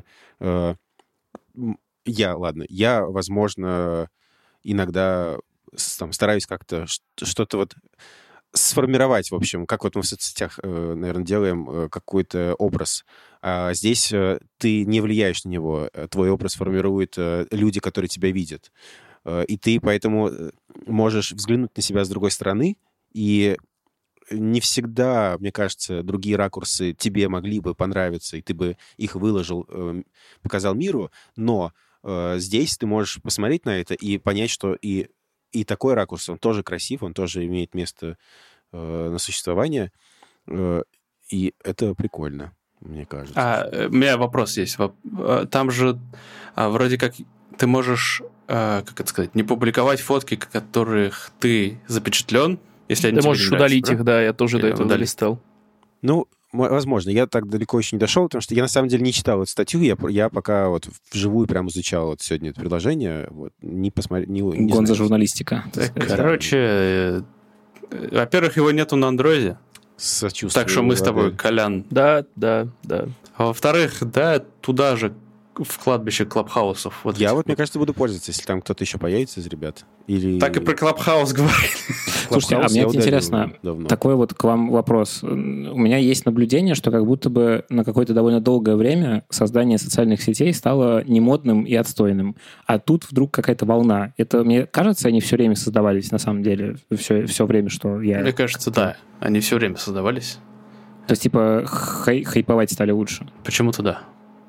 я, ладно, я, возможно, иногда там, стараюсь как-то что-то вот сформировать, в общем, как вот мы в соцсетях, наверное, делаем какой-то образ. А здесь ты не влияешь на него. Твой образ формируют люди, которые тебя видят. И ты поэтому можешь взглянуть на себя с другой стороны, и не всегда, мне кажется, другие ракурсы тебе могли бы понравиться, и ты бы их выложил, показал миру, но здесь ты можешь посмотреть на это и понять, что и И такой ракурс, он тоже красив, он тоже имеет место э, на существование. Э, и это прикольно, мне кажется. А, у меня вопрос есть. Там же а, вроде как ты можешь, а, как это сказать, не публиковать фотки, которых ты запечатлен, если они Ты тебе можешь не нравятся, удалить да? их, да, я тоже Или до этого удалить. долистал. Ну, возможно. Я так далеко еще не дошел, потому что я на самом деле не читал эту статью. Я, я пока вот вживую прям изучал вот сегодня это предложение. Вот, не посмотрел... Не, не Гонза знаю. журналистика. Так, короче, э, во-первых, его нету на андроиде, Сочувствую. так что мы с тобой, Адель. Колян. Да, да, да. А во-вторых, да, туда же, в кладбище клабхаусов. Вот Я этих вот, мне кажется, буду пользоваться, если там кто-то еще появится из ребят. Или... Так и про клабхаус говорили. Слушайте, а Клабхаус мне я вот удалил интересно, давно. такой вот к вам вопрос. У меня есть наблюдение, что как будто бы на какое-то довольно долгое время создание социальных сетей стало немодным и отстойным. А тут вдруг какая-то волна. Это, мне кажется, они все время создавались, на самом деле, все, все время, что я... Мне кажется, да. Они все время создавались. То есть, типа, хай- хайповать стали лучше. Почему-то да.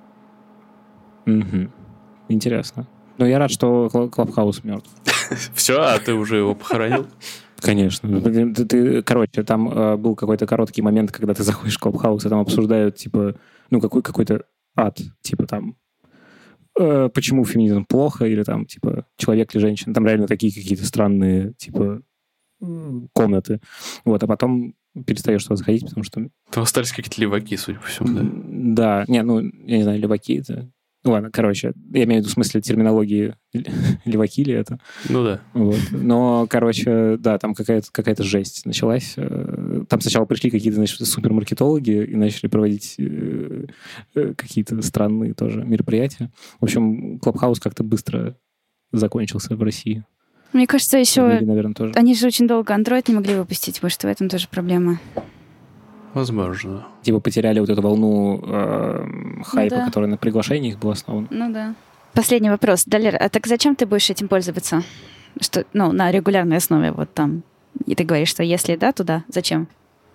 Мгм. Интересно. Но я рад, что Кл- Клабхаус мертв. Все, а ты уже его похоронил? Конечно. Ты, ты- короче, там э, был какой-то короткий момент, когда ты заходишь в Клабхаус, и там обсуждают, типа, ну, какой, какой-то ад, типа, там, э, почему феминизм плохо, или там, типа, человек или женщина. Там реально такие какие-то странные, типа, м, комнаты. Вот, а потом перестаешь туда заходить, потому что... Там остались какие-то леваки, судя по всему, да. м, Да, не, ну, я не знаю, леваки это... Ну, ладно, короче, я имею в виду в смысле терминологии леваки ли это. Ну да. Вот. Но, короче, да, там какая-то, какая-то жесть началась. Э, Там сначала пришли какие-то, значит, супермаркетологи и начали проводить э, э, какие-то странные тоже мероприятия. В общем, Клабхаус как-то быстро закончился в России. Мне кажется, В еще... мире, наверное, тоже. Они же очень долго Android не могли выпустить, может, в этом тоже проблема. Возможно. Типа потеряли вот эту волну э, хайпа, да. которая на приглашениях была основана. Ну да. Последний вопрос. Далер, а так зачем ты будешь этим пользоваться? Что, ну, на регулярной основе вот там. И ты говоришь, что если да, то да. Зачем?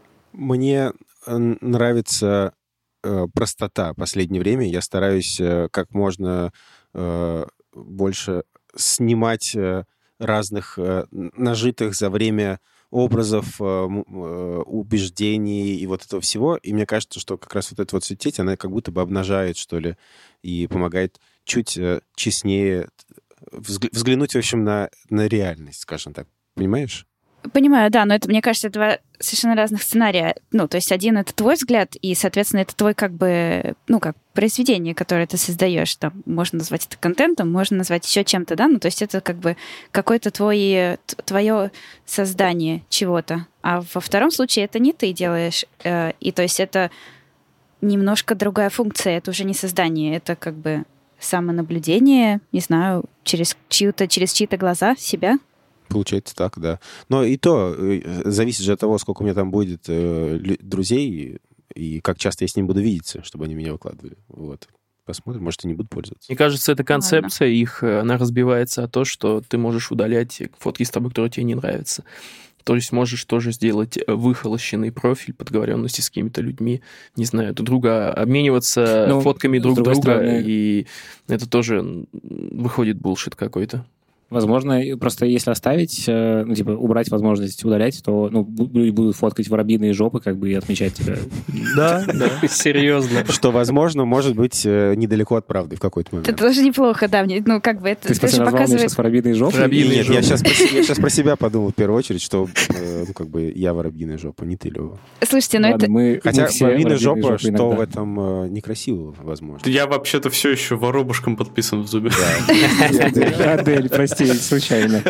Мне э, нравится э, простота в последнее время. Я стараюсь э, как можно э, больше снимать э, разных э, нажитых за время образов, э, м- э, убеждений и вот этого всего. И мне кажется, что как раз вот эта вот соцсеть, она как будто бы обнажает, что ли, и помогает чуть э, честнее взгля- взглянуть, в общем, на, на реальность, скажем так. Понимаешь? Понимаю, да, но это, мне кажется, два совершенно разных сценария. Ну, то есть один — это твой взгляд, и, соответственно, это твой как бы, ну, как произведение, которое ты создаешь. Там можно назвать это контентом, можно назвать еще чем-то, да? Ну, то есть это как бы какое-то твое, твое создание чего-то. А во втором случае это не ты делаешь. э, И то есть это немножко другая функция. Это уже не создание, это как бы самонаблюдение, не знаю, через чью-то, через чьи-то глаза себя. Получается так, да. Но и то э, зависит же от того, сколько у меня там будет э, лю- друзей и как часто я с ними буду видеться, чтобы они меня выкладывали. Вот. Посмотрим, может, и не буду пользоваться. Мне кажется, эта концепция их, э, она разбивается о том, что ты можешь удалять фотки с тобой, которые тебе не нравятся. То есть можешь тоже сделать выхолощенный профиль подговоренности с какими-то людьми, не знаю, друг друга, обмениваться Ну, фотками с друг другой друга, стороны- и это тоже м, выходит булшит какой-то. Возможно, просто если оставить, э, ну, типа, убрать возможность удалять, то, ну, люди будут фоткать воробьиные жопы, как бы, и отмечать тебя. Да, да, серьезно. Что, возможно, может быть э, недалеко от правды в какой-то момент. Это тоже неплохо, да, мне, ну, как бы это, Ты, в это смысле, же назвал меня показывает... сейчас воробьиные жопы? Воробьиные Нет, жопы. я сейчас, про, се- я сейчас про себя подумал в первую очередь, что, э, ну, как бы, я воробьиная жопа, не ты, Лёва. Слушайте, ну Ладно, это... мы, Хотя мы все воробьиная жопа, жопы что иногда. в этом э, некрасивого, возможно. Я вообще-то все еще воробушком подписан в зубе. Адель, прости, случайно.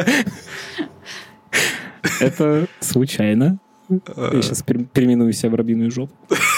Это случайно. Я сейчас переименую себя в воробьиную жопу.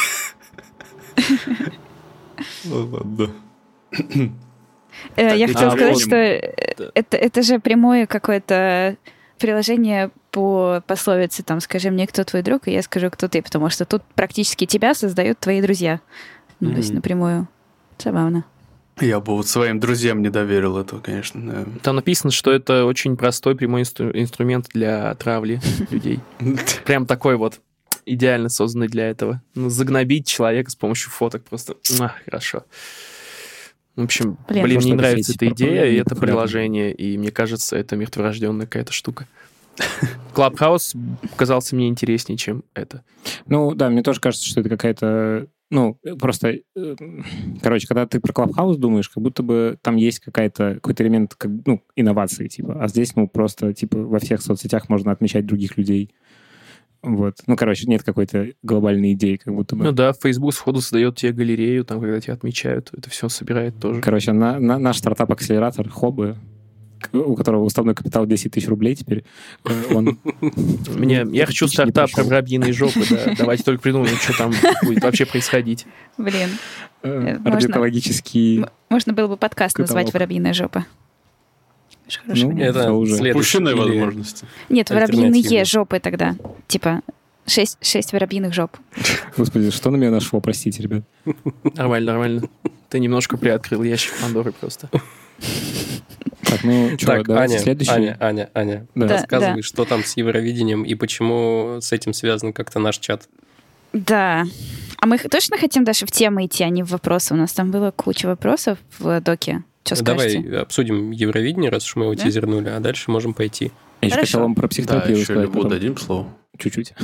Ну, ладно. Э, Я Так, хотела а, сказать, вот. что э, это, это же прямое какое-то приложение по пословице, там, скажи мне, кто твой друг, и я скажу, кто ты, потому что тут практически тебя создают твои друзья. Ну, то есть Мгм. напрямую. Забавно. Я бы вот своим друзьям не доверил этого, конечно. наверное. Там написано, что это очень простой прямой инстру- инструмент для травли людей. Прям такой вот идеально созданный для этого. Ну, загнобить человека с помощью фоток просто а, хорошо. В общем, Блин. блин, Может, мне это нравится сеть эта идея и это популярная. приложение, и мне кажется, это мертворожденная какая-то штука. Клабхаус казался мне интереснее, чем это. Ну, да, мне тоже кажется, что это какая-то... Ну, просто... э, Короче, когда ты про Clubhouse думаешь, как будто бы там есть какая-то, какой-то элемент, как, ну, инновации, типа. А здесь, ну, просто, типа, во всех соцсетях можно отмечать других людей. Вот. Ну, короче, нет какой-то глобальной идеи, как будто бы. Ну да, Facebook сходу создает тебе галерею, там, когда тебя отмечают, это все собирает тоже. Короче, на, на- наш стартап-акселератор Хобы, к- у которого уставной капитал десять тысяч рублей теперь, э, он... Мне, я хочу практически не стартап про пошел. воробьиные жопы, да. Давайте только придумаем, что там будет вообще происходить. Блин. Э, можно- Орнитологический... М- Можно было бы подкаст Каталог. назвать «Воробьиная жопа». Очень хорошее Ну, вариант. Это это уже следующий Упущенные или- возможности. Нет, альтернативный. воробьиные жопы тогда. Типа шесть, шесть воробьиных жоп. Господи, что на меня нашло, простите, ребят. Нормально, нормально. Ты немножко приоткрыл ящик Пандоры просто. Так, ну, что, Так, давайте Аня, следующий. Аня, Аня, Аня, Да. Да. рассказывай, что там с Евровидением и почему с этим связан как-то наш чат. Да. А мы х- точно хотим даже в темы идти, а не в вопросы? У нас там было куча вопросов в доке. Что Давай скажете? обсудим Евровидение, раз уж мы его Да? тизернули, а дальше можем пойти. Я еще Хорошо. хотел вам про Да, психотерапию еще сказать Любу потом. дадим слово. Чуть-чуть.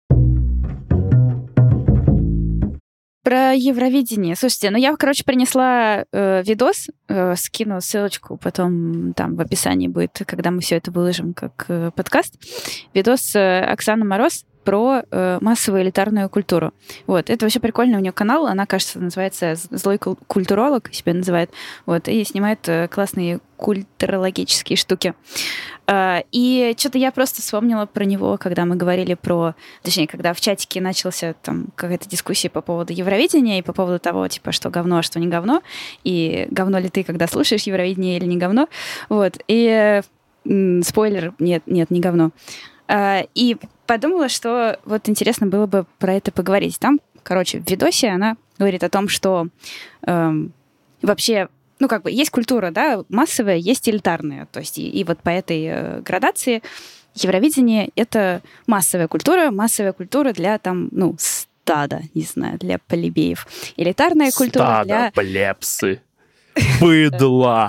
Про Евровидение. Слушайте, ну я, короче, принесла э, видос, э, скину ссылочку, потом там в описании будет, когда мы все это выложим как э, подкаст. Видос э, Оксаны Мороз про э, массовую элитарную культуру. Вот, это вообще прикольно, у нее канал, она, кажется, называется «Злой кул- культуролог», себя называет, вот, и снимает э, классные культурологические штуки. Э, и что-то я просто вспомнила про него, когда мы говорили про... Точнее, когда в чатике начался там какая-то дискуссия по поводу Евровидения и по поводу того, типа, что говно, а что не говно, и говно ли ты, когда слушаешь Евровидение или не говно. Вот, и э, м, спойлер, нет, нет, не говно. Э, и подумала, что вот интересно было бы про это поговорить. Там, короче, в видосе она говорит о том, что эм, вообще, ну, как бы, есть культура, да, массовая, есть элитарная. То есть и, и вот по этой э, градации Евровидение — это массовая культура, массовая культура для, там, ну, стада, не знаю, для плебеев. Элитарная культура Стадо, для... плебсы, быдла.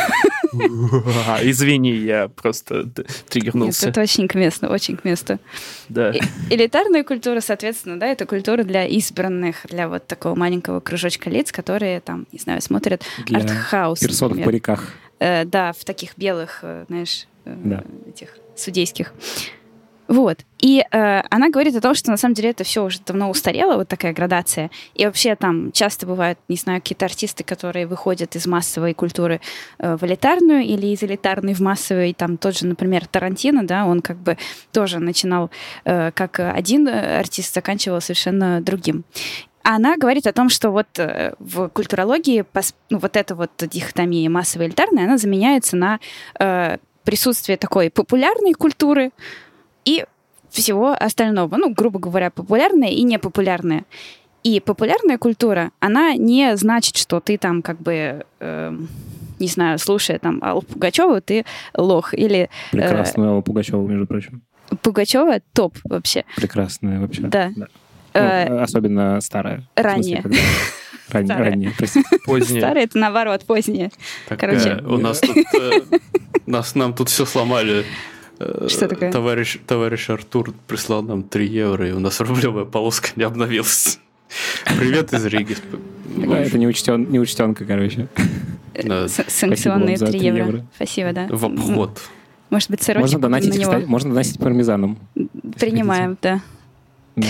Извини, я просто т- Нет, триггернулся. это очень к месту, очень к месту. Да. Э- Элитарная культура, соответственно, да, это культура для избранных, для вот такого маленького кружочка лиц, которые там, не знаю, смотрят Для артхаус, персон в например. париках. Э, да, в таких белых, э, знаешь, э, Да. этих судейских. Вот. И э, она говорит о том, что на самом деле это все уже давно устарело, вот такая градация. И вообще там часто бывают, не знаю, какие-то артисты, которые выходят из массовой культуры э, в элитарную или из элитарной в массовую. И там тот же, например, Тарантино, да, он как бы тоже начинал э, как один артист, заканчивал совершенно другим. Она говорит о том, что вот э, в культурологии пос- ну, вот эта вот дихотомия массовая и элитарная, она заменяется на э, присутствие такой популярной культуры и всего остального. Ну, грубо говоря, популярная и непопулярная. И популярная культура, она не значит, что ты там как бы, э, не знаю, слушая там Аллу Пугачеву, ты лох. Или Прекрасную Аллу Пугачеву, между прочим. Пугачева топ вообще. Прекрасная вообще. Да. Ну, Э, особенно старая. В смысле, ранее. когда- Раннее, Старое. раннее, простите. Позднее. Старое — это наоборот, позднее. Так, Короче. э, у нас тут... э, нас, нам тут все сломали. Э, Что такое? Товарищ, товарищ Артур прислал нам три евро, и у нас рублевая полоска не обновилась. Привет из Риги. А, Это не, учтен, не учтенка, короче. Да, С- Санкционные Спасибо вам за три три евро. евро. Спасибо, да. в обход. Может быть, сырочек Можно купим донатить, на него. кстати, можно донатить пармезаном. Принимаем, да. Да.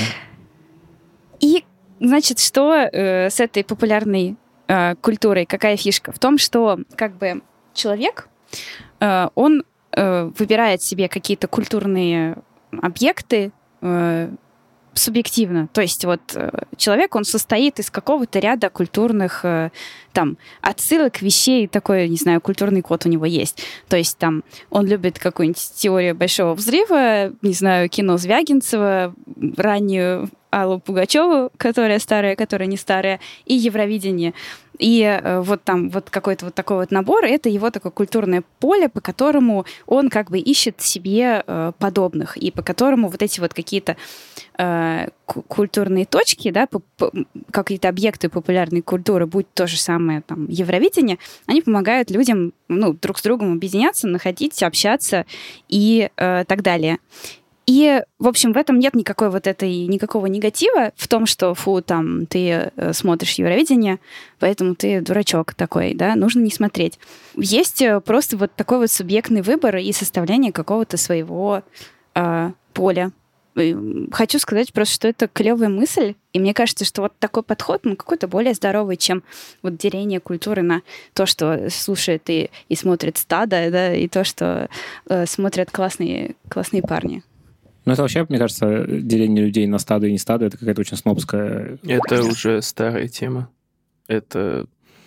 И, значит, что э, с этой популярной э, культурой, какая фишка? В том, что как бы человек, э, он э, выбирает себе какие-то культурные объекты э, субъективно. То есть вот э, человек, он состоит из какого-то ряда культурных э, там отсылок, вещей, такой, не знаю, культурный код у него есть. То есть там он любит какую-нибудь теорию Большого взрыва, не знаю, кино Звягинцева, раннюю Аллу Пугачеву, которая старая, которая не старая, и Евровидение. И э, вот там вот какой-то вот такой вот набор, это его такое культурное поле, по которому он как бы ищет себе э, подобных, и по которому вот эти вот какие-то э, ку- культурные точки, да, по- по- какие-то объекты популярной культуры, будь то же самое там Евровидение, они помогают людям, ну, друг с другом объединяться, находить, общаться и э, так далее. И, в общем, в этом нет никакой вот этой, никакого негатива в том, что, фу, там, ты э, смотришь Евровидение, поэтому ты дурачок такой, да, нужно не смотреть. Есть э, просто вот такой вот субъектный выбор и составление какого-то своего э, поля. И хочу сказать просто, что это клевая мысль, и мне кажется, что вот такой подход, он какой-то более здоровый, чем вот деление культуры на то, что слушает и, и смотрит стадо, да, и то, что э, смотрят классные, классные парни. Ну, это вообще, мне кажется, деление людей на стадо и не стадо, это какая-то очень снобская... Это уже старая тема. Это...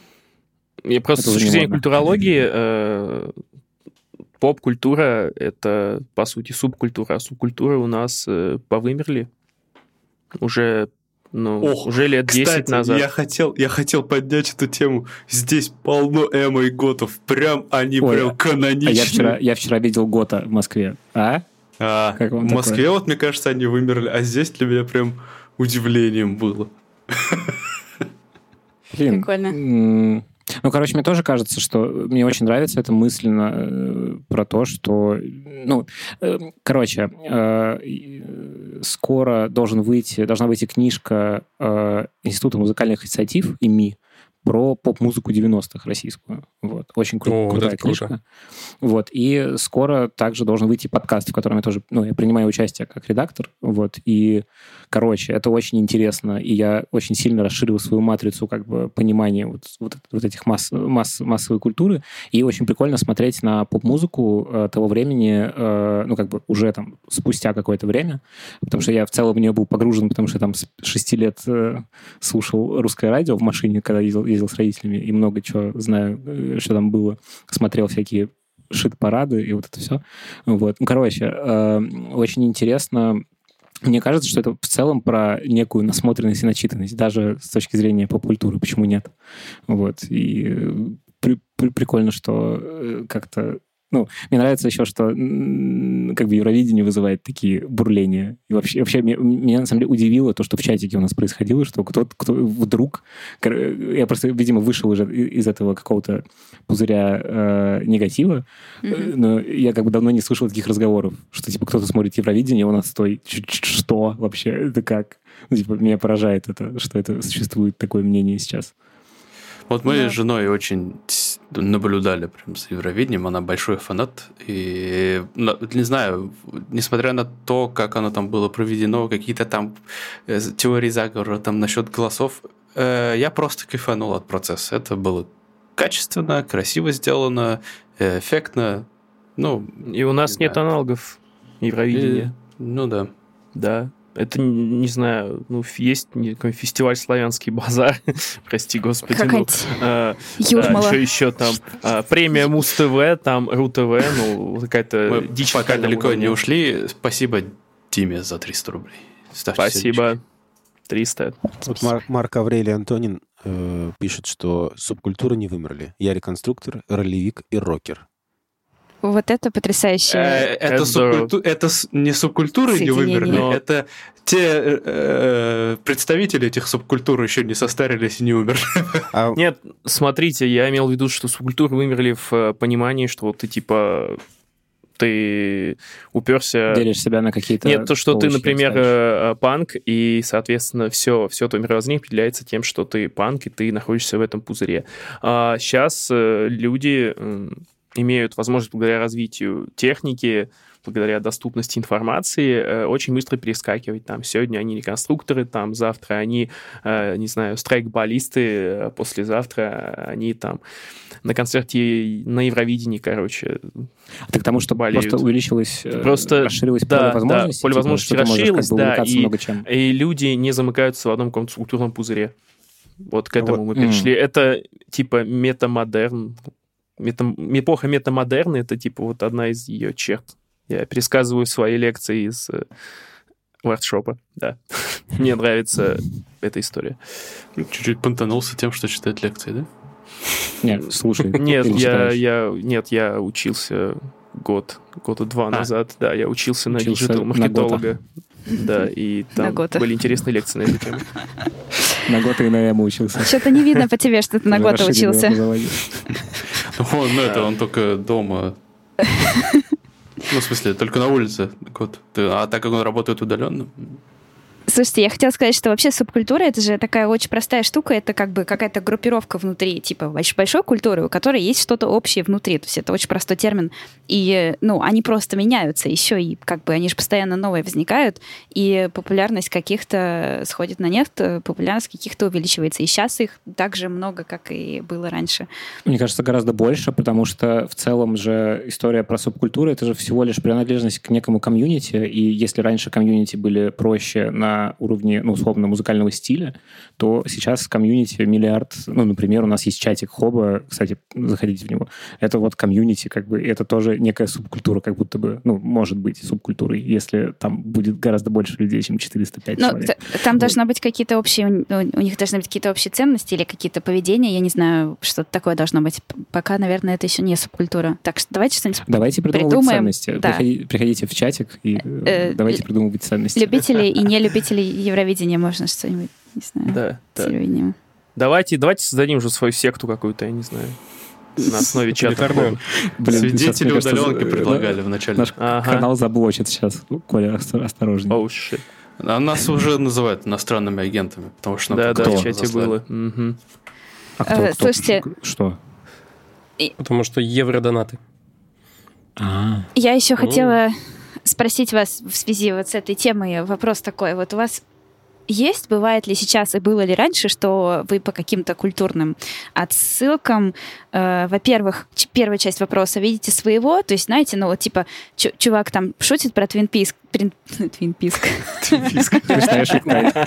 Я просто Это с уже точки не зрения модно. культурологии э, поп-культура — это, по сути, субкультура. А субкультуры у нас э, повымерли уже, ну, Ох, уже лет десять Кстати, назад. я хотел, я хотел поднять эту тему. Здесь полно эмо и готов. Прям они Ой, прям А каноничные. я вчера, я вчера видел Гота в Москве. А? А, Как вам в Москве, такое? вот, мне кажется, они вымерли, а здесь для меня прям удивлением было. Блин, Прикольно. м, Ну, короче, мне тоже кажется, что мне очень нравится эта мысль на, э, про то, что... Ну, э, короче, э, э, скоро должен выйти, должна выйти книжка э, Института музыкальных инициатив, ИМИ, про поп-музыку девяностых российскую. Вот. Очень кру- О, вот крутая это круто. книжка. Вот. И скоро также должен выйти подкаст, в котором я тоже, ну, я принимаю участие как редактор. Вот. И, короче, это очень интересно. И я очень сильно расширил свою матрицу как бы понимания вот, вот, вот этих масс, масс, массовой культуры. И очень прикольно смотреть на поп-музыку э, того времени, э, ну, как бы уже там спустя какое-то время. Потому что я в целом в нее был погружен, потому что там с шести лет э, слушал русское радио в машине, когда ездил, ездил с родителями, и много чего знаю, э, что там было. Смотрел всякие шит-парады и вот это все. Вот. Ну, короче, э, очень интересно. Мне кажется, что это в целом про некую насмотренность и начитанность, даже с точки зрения поп-культуры. Почему нет? Вот. И э, при, при, прикольно, что э, как-то... Ну, мне нравится еще, что м, как бы Евровидение вызывает такие бурления. И вообще, вообще меня, меня на самом деле удивило то, что в чатике у нас происходило, что кто-то кто вдруг... Я просто, видимо, вышел уже из этого какого-то пузыря э, негатива, Мгм. но я как бы давно не слышал таких разговоров, что типа кто-то смотрит Евровидение, он отстой. Ч- ч- Что вообще? Это как? Ну, типа, меня поражает это, что это существует такое мнение сейчас. Вот мы Да. с женой очень с- наблюдали прям за Евровидением, она большой фанат, и, на- не знаю, несмотря на то, как оно там было проведено, какие-то там э, теории заговора там насчет голосов, э, я просто кайфанул от процесса. Это было качественно, красиво сделано, э, эффектно, ну... И у нас не нет знаю. аналогов И- Евровидения. ну да. Да. Это, н- не знаю, ну, ф- есть не- какой фестиваль «Славянский базар», прости господи, ну, Какая-нибудь а, Юрмала. что еще там, а, премия Муз-ТВ, там, РУ-ТВ, ну, какая-то Мы дичь пока какая-то далеко уровня. не ушли. Спасибо Диме за триста рублей. Ставьте Спасибо. триста. Вот Мар- Марк Аврелий Антонин э, пишет, что субкультуры не вымерли. Я реконструктор, ролевик и рокер. Вот это потрясающе. Э, Это, Это здорово. субкульту- это с- не субкультуры не Соединение. вымерли, Но- это те э, представители этих субкультур еще не состарились и не умерли. А Нет, смотрите, я имел в виду, что субкультуры вымерли в э, понимании, что вот ты типа ты уперся. Делишь себя на какие-то... Нет, то, что ты, овощи, например, ставишь. э, панк, и, соответственно, все, все твое мировоззрение определяется тем, что ты панк, и ты находишься в этом пузыре. А сейчас э, люди э, имеют возможность, благодаря развитию техники, благодаря доступности информации, э, очень быстро перескакивать. Там сегодня они реконструкторы, там завтра они, э, не знаю, страйкболисты, э, послезавтра они там на концерте на Евровидении, короче. Ты к тому, что болеют. просто увеличилось, э, Просто, расширилось да, поле да, возможностей? поле типа, возможностей что ты можешь расширилось, как бы да, увлекаться и- много чем. И люди не замыкаются в одном каком-то структурном пузыре. Вот к этому Вот, мы перешли. Это типа метамодерн. Мета, эпоха метамодерна — это типа вот одна из ее черт. Я пересказываю свои лекции из э, воркшопа, да. Мне нравится эта история. Чуть-чуть понтанулся тем, что читает лекции, да? Нет, слушай. Нет, или я, читаешь. я, нет, я учился год, года два А. назад. Да, я учился на Учился на диджитал-маркетолога. Да, и На там гота. были интересные лекции на эту тему. На год и на эмо учился. Что-то не видно по тебе, что ты на год Расширенное учился. образование. О, ну это он только дома. Ну, в смысле, только на улице. Год. Ты- А так как он работает удаленно, Слушайте, я хотела сказать, что вообще субкультура — это же такая очень простая штука, это как бы какая-то группировка внутри, типа больш- большой культуры, у которой есть что-то общее внутри, то есть это очень простой термин. И, ну, они просто меняются еще, и как бы они же постоянно новые возникают, и популярность каких-то сходит на нет, популярность каких-то увеличивается. И сейчас их так же много, как и было раньше. Мне кажется, гораздо больше, потому что в целом же история про субкультуру — это же всего лишь принадлежность к некому комьюнити, и если раньше комьюнити были проще на уровне, ну, условно, музыкального стиля, то сейчас комьюнити миллиард, ну, например, у нас есть чатик Хоба, кстати, заходите в него, это вот комьюнити, как бы, и это тоже некая субкультура, как будто бы, ну, может быть субкультурой, если там будет гораздо больше людей, чем четыреста пять Ну, человек. т- там должны быть какие-то общие, у у них должны быть какие-то общие ценности или какие-то поведения, я не знаю, что-то такое должно быть. П- Пока, наверное, это еще не субкультура. Так что давайте что-нибудь Давайте придумывать придумаем, ценности. да. Приходи- приходите в чатик и э, Э, давайте л- придумывать ценности. любителей и нелюбителей Евровидения можно что-нибудь, не знаю, Да, с да. Евровидением. Давайте, давайте создадим уже свою секту какую-то, я не знаю. На основе чата. Тоталитарную. Блин, сейчас, свидетели мне кажется, удаленки э, предлагали в начале. Наш Ага. канал заблочит сейчас. Коля, ос- осторожней. Оу, щит. А нас уже называют иностранными агентами, потому что нам Да, только да, в доллар чате заслали. было. Мгм. А кто, Э, кто? слушайте. Что? Потому что евро-донаты. А, Я еще М. хотела спросить вас в связи вот с этой темой вопрос такой. Вот у вас есть, бывает ли сейчас и было ли раньше, что вы по каким-то культурным отсылкам, э, во-первых, ч- первая часть вопроса, видите своего, то есть, знаете, ну вот типа чу- чувак там шутит про Твин Писк, Твин Писк, Смешная шутка.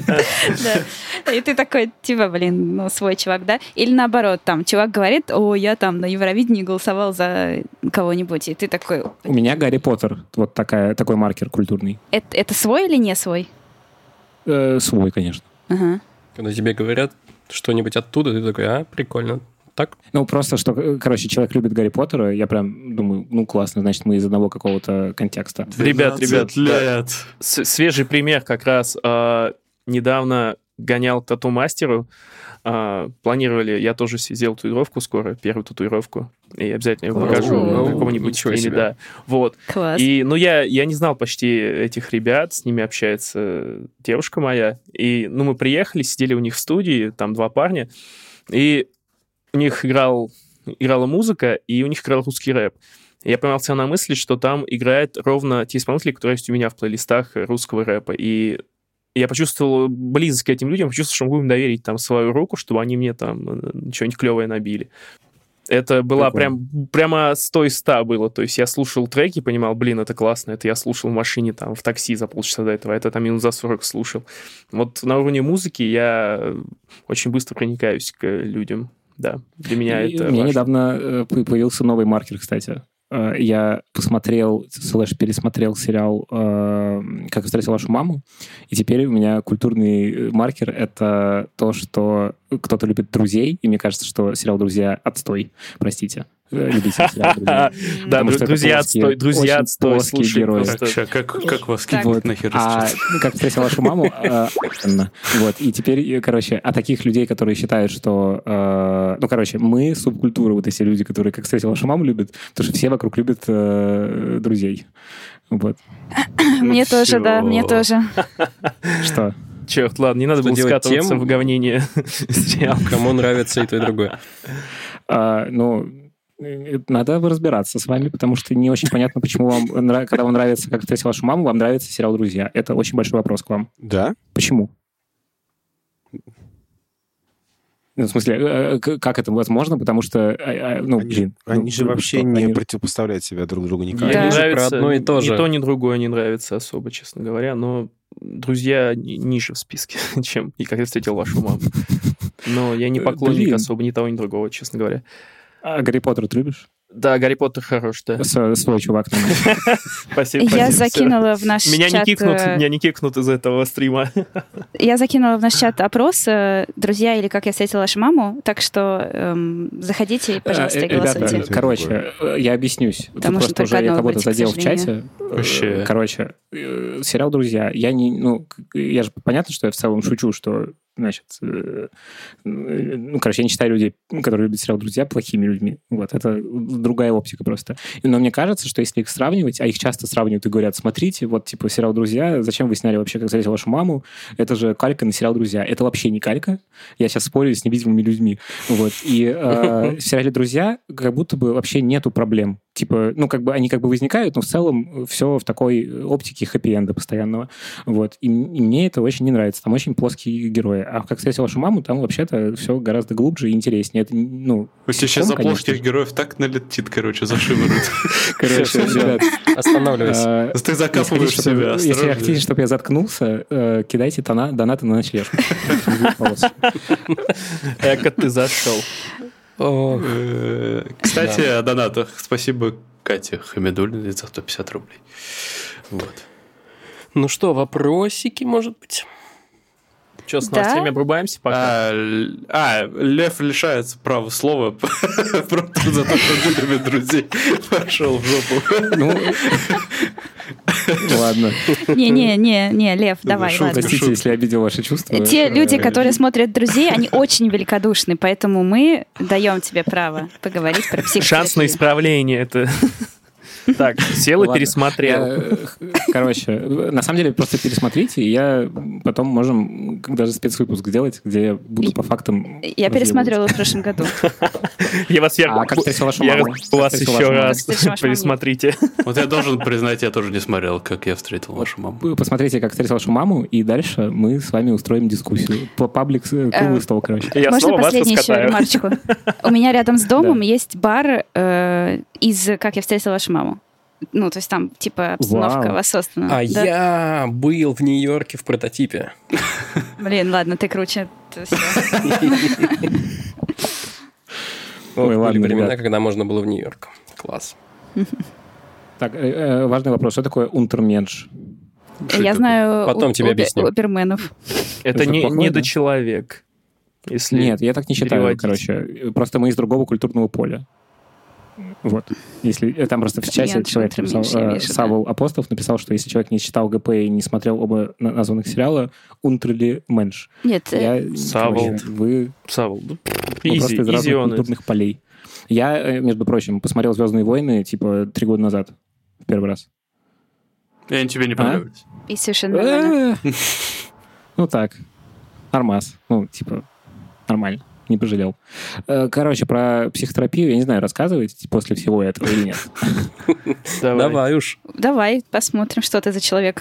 да. И ты такой, типа, блин, ну, свой чувак, да? Или наоборот, там, чувак говорит, о, я там на Евровидении голосовал за кого-нибудь, и ты такой, У меня Гарри Поттер. Вот такая, такой маркер культурный. это, это свой или не свой? Э, свой, конечно. Ага. Когда тебе говорят что-нибудь оттуда, ты такой, а, прикольно. Так? Ну, просто, что, э, короче, человек любит Гарри Поттера, я прям думаю, ну, классно, значит, мы из одного какого-то контекста. Ребят, ребят, двенадцать лет. С- свежий пример как раз. а, недавно гонял к тату-мастеру. а, планировали, я тоже сделал татуировку скоро, первую татуировку. И обязательно его покажу О, на каком-нибудь ничего стриме, себе. да. Вот. Класс. И, ну, я, я не знал почти этих ребят, с ними общается девушка моя. И, ну, мы приехали, сидели у них в студии, там два парня, и у них играл, играла музыка, и у них играл русский рэп. Я поймал себя на мысли, что там играет ровно те исполнители, которые есть у меня в плейлистах русского рэпа. И я почувствовал близость к этим людям, почувствовал, что могу им доверить там свою руку, чтобы они мне там э, что-нибудь клевое набили. Это была Прикольно. прям, прямо сто из ста было. То есть я слушал треки, понимал, блин, это классно. Это я слушал в машине, там, в такси за полчаса до этого. Это там минут за сорок слушал. Вот на уровне музыки я очень быстро проникаюсь к людям. Да, для меня И это У меня важно. недавно э, по- появился новый маркер, кстати. Э, Я посмотрел, слэш пересмотрел сериал э, «Как я встретил вашу маму», и теперь у меня культурный маркер — это то, что кто-то любит «Друзей», и мне кажется, что сериал «Друзья» — отстой, простите. любите сериал «Друзья». Да, Потому что это друзья плоские, отстой, друзья очень отстой, плоские слушай, герои. просто. Так, ща, как, как вас Так. кинуть Вот. нахер А сейчас? ну, как встретил вашу маму, э, охуенно. Вот. И теперь, короче, а таких людей, которые считают, что... э, ну, короче, мы субкультура, вот эти люди, которые как встретил вашу маму любят, потому что все вокруг любят э, друзей. Вот. Мне Ну, тоже, да, всё. мне тоже. Что? Черт, ладно, не надо Что было делать скатываться тем? в говнение сериала. Кому нравится и то, и другое. А, ну, э, надо разбираться с вами, потому что не очень понятно, почему вам, нра- когда вам нравится, как встретил вашу маму, вам нравится сериал «Друзья». Это очень большой вопрос к вам. Да? Почему? Ну, в смысле, э, к- как это возможно? Потому что, э, э, ну, Они, блин. они ну, же что, вообще не они же- противопоставляют себя друг другу никак. Мне Да. не Они же нравится про одно и то ни же. то, ни другое не нравится особо, честно говоря, но друзья ни- ниже в списке, чем и как я встретил вашу маму. Но я не Э, поклонник блин. особо ни того, ни другого, честно говоря. А Гарри Поттер ты любишь? Да, Гарри Поттер хорош, да. С- Свой чувак. наверное. Спасибо. Я спасибо, закинула в наш всё. Меня не чат... кикнут, э, меня не кикнут из этого стрима. Я закинула в наш чат опрос э, «Друзья» или «Как я встретила вашу маму», так что эм, заходите и, пожалуйста, Э, э, Ребята, голосуйте. короче, э, я объяснюсь. Тут Там можно просто только уже я одно кого-то выбрать, к задел в чате. сожалению. Э, Вообще. Короче, э, сериал «Друзья». Я не, ну, к- я же понятно, что я в целом шучу, что, значит, э, ну, короче, я не считаю людей, которые любят сериал «Друзья», плохими людьми. Вот, это другая оптика просто. Но мне кажется, что если их сравнивать, а их часто сравнивают и говорят, смотрите, вот, типа, сериал «Друзья», зачем вы сняли вообще «Как встретил вашу маму»? Это же калька на сериал «Друзья». Это вообще не калька. Я сейчас спорю с невидимыми людьми. Вот. И э, в сериале «Друзья» как будто бы вообще нету проблем. Типа, ну, как бы они как бы возникают, но в целом все в такой оптике хэппи-энда постоянного. Вот. И, м- и мне это очень не нравится. Там очень плоские герои. А «Как встретил вашу маму», там вообще-то все гораздо глубже и интереснее. Это, ну... У тебя сейчас ситком, за конечно плоских же. героев так налетит, короче, за шиворот. Короче, Всё, всё, ребят, Останавливайся. э, Ты если закапываешь хотите, чтобы- себя, Если осторожнее. хотите, чтобы я заткнулся, э, кидайте тона- донаты на ночлежку. Не будет волос. Эко ты зашел. Ох, Э, Кстати, о донатах. Спасибо Кате Хамидуллиной за сто пятьдесят рублей. Вот. Ну что, вопросики, может быть? Что, с Да? новостями обрубаемся пока? А, л- а, Лев лишается права слова просто за то, что не любит друзей. Пошел в жопу. Ну, ладно. Не-не-не, не, Лев, давай, шутка, ладно. Простите, если я обидел ваши чувства. Те люди, Э, которые смотрят «Друзей», они очень великодушны, поэтому мы даем тебе право поговорить про психотерапию. Шанс на исправление это... Так, сел и Ладно. пересмотрел. Я, э, Короче, на самом деле просто пересмотрите, и я потом можем даже спецвыпуск сделать, где я буду по фактам... Я пересмотрела в прошлом году. Я вас я, А как встретил вашу я маму? раз- вас Как встретил еще вашу маму? раз Как встретил вашу маму? пересмотрите. Вот я должен признать, я тоже не смотрел, как я встретил вашу маму. Вы посмотрите, как встретил вашу маму, и дальше мы с вами устроим дискуссию. По паблик, э, круглый стол, короче. Я Можно снова вас последнюю еще раскатаю. ремарочку? У меня рядом с домом есть бар э, из «Как я встретила вашу маму». Ну, то есть там, типа, обстановка Вау. воссоздана. А Да. я был в Нью-Йорке в прототипе. Блин, ладно, ты круче. Ты всё. Ох, Ой, были ладно, времена, ребят. когда можно было в Нью-Йорк. Класс. Так, э, э, важный вопрос. Что такое унтерменш? Я знаю Потом у- тебе у- объясню. оперменов. Это что, не плохое, да? недочеловек. Если Нет, я так не считаю, переводить. короче. Просто мы из другого культурного поля. Вот. Если э, там просто в чате Нет, человек написал, унтерменш, я э, вижу, да. Савол Апостолов написал, что если человек не читал ГП и не смотрел оба на- названных сериала, унтерли менш. Нет, э, Я, Савол. короче, вы Савол, ну, вы изи, просто из изи разных он это. культурных полей. Я, э, между прочим, посмотрел «Звездные войны» типа три года назад. В первый раз. И они тебе не понравились. и совершенно нормально. Э, Ну так. Нормас. Ну, типа, нормально. Не пожалел. Э, Короче, про психотерапию, я не знаю, рассказывать после всего этого или нет. Давай. Давай уж. Давай посмотрим, что ты за человек.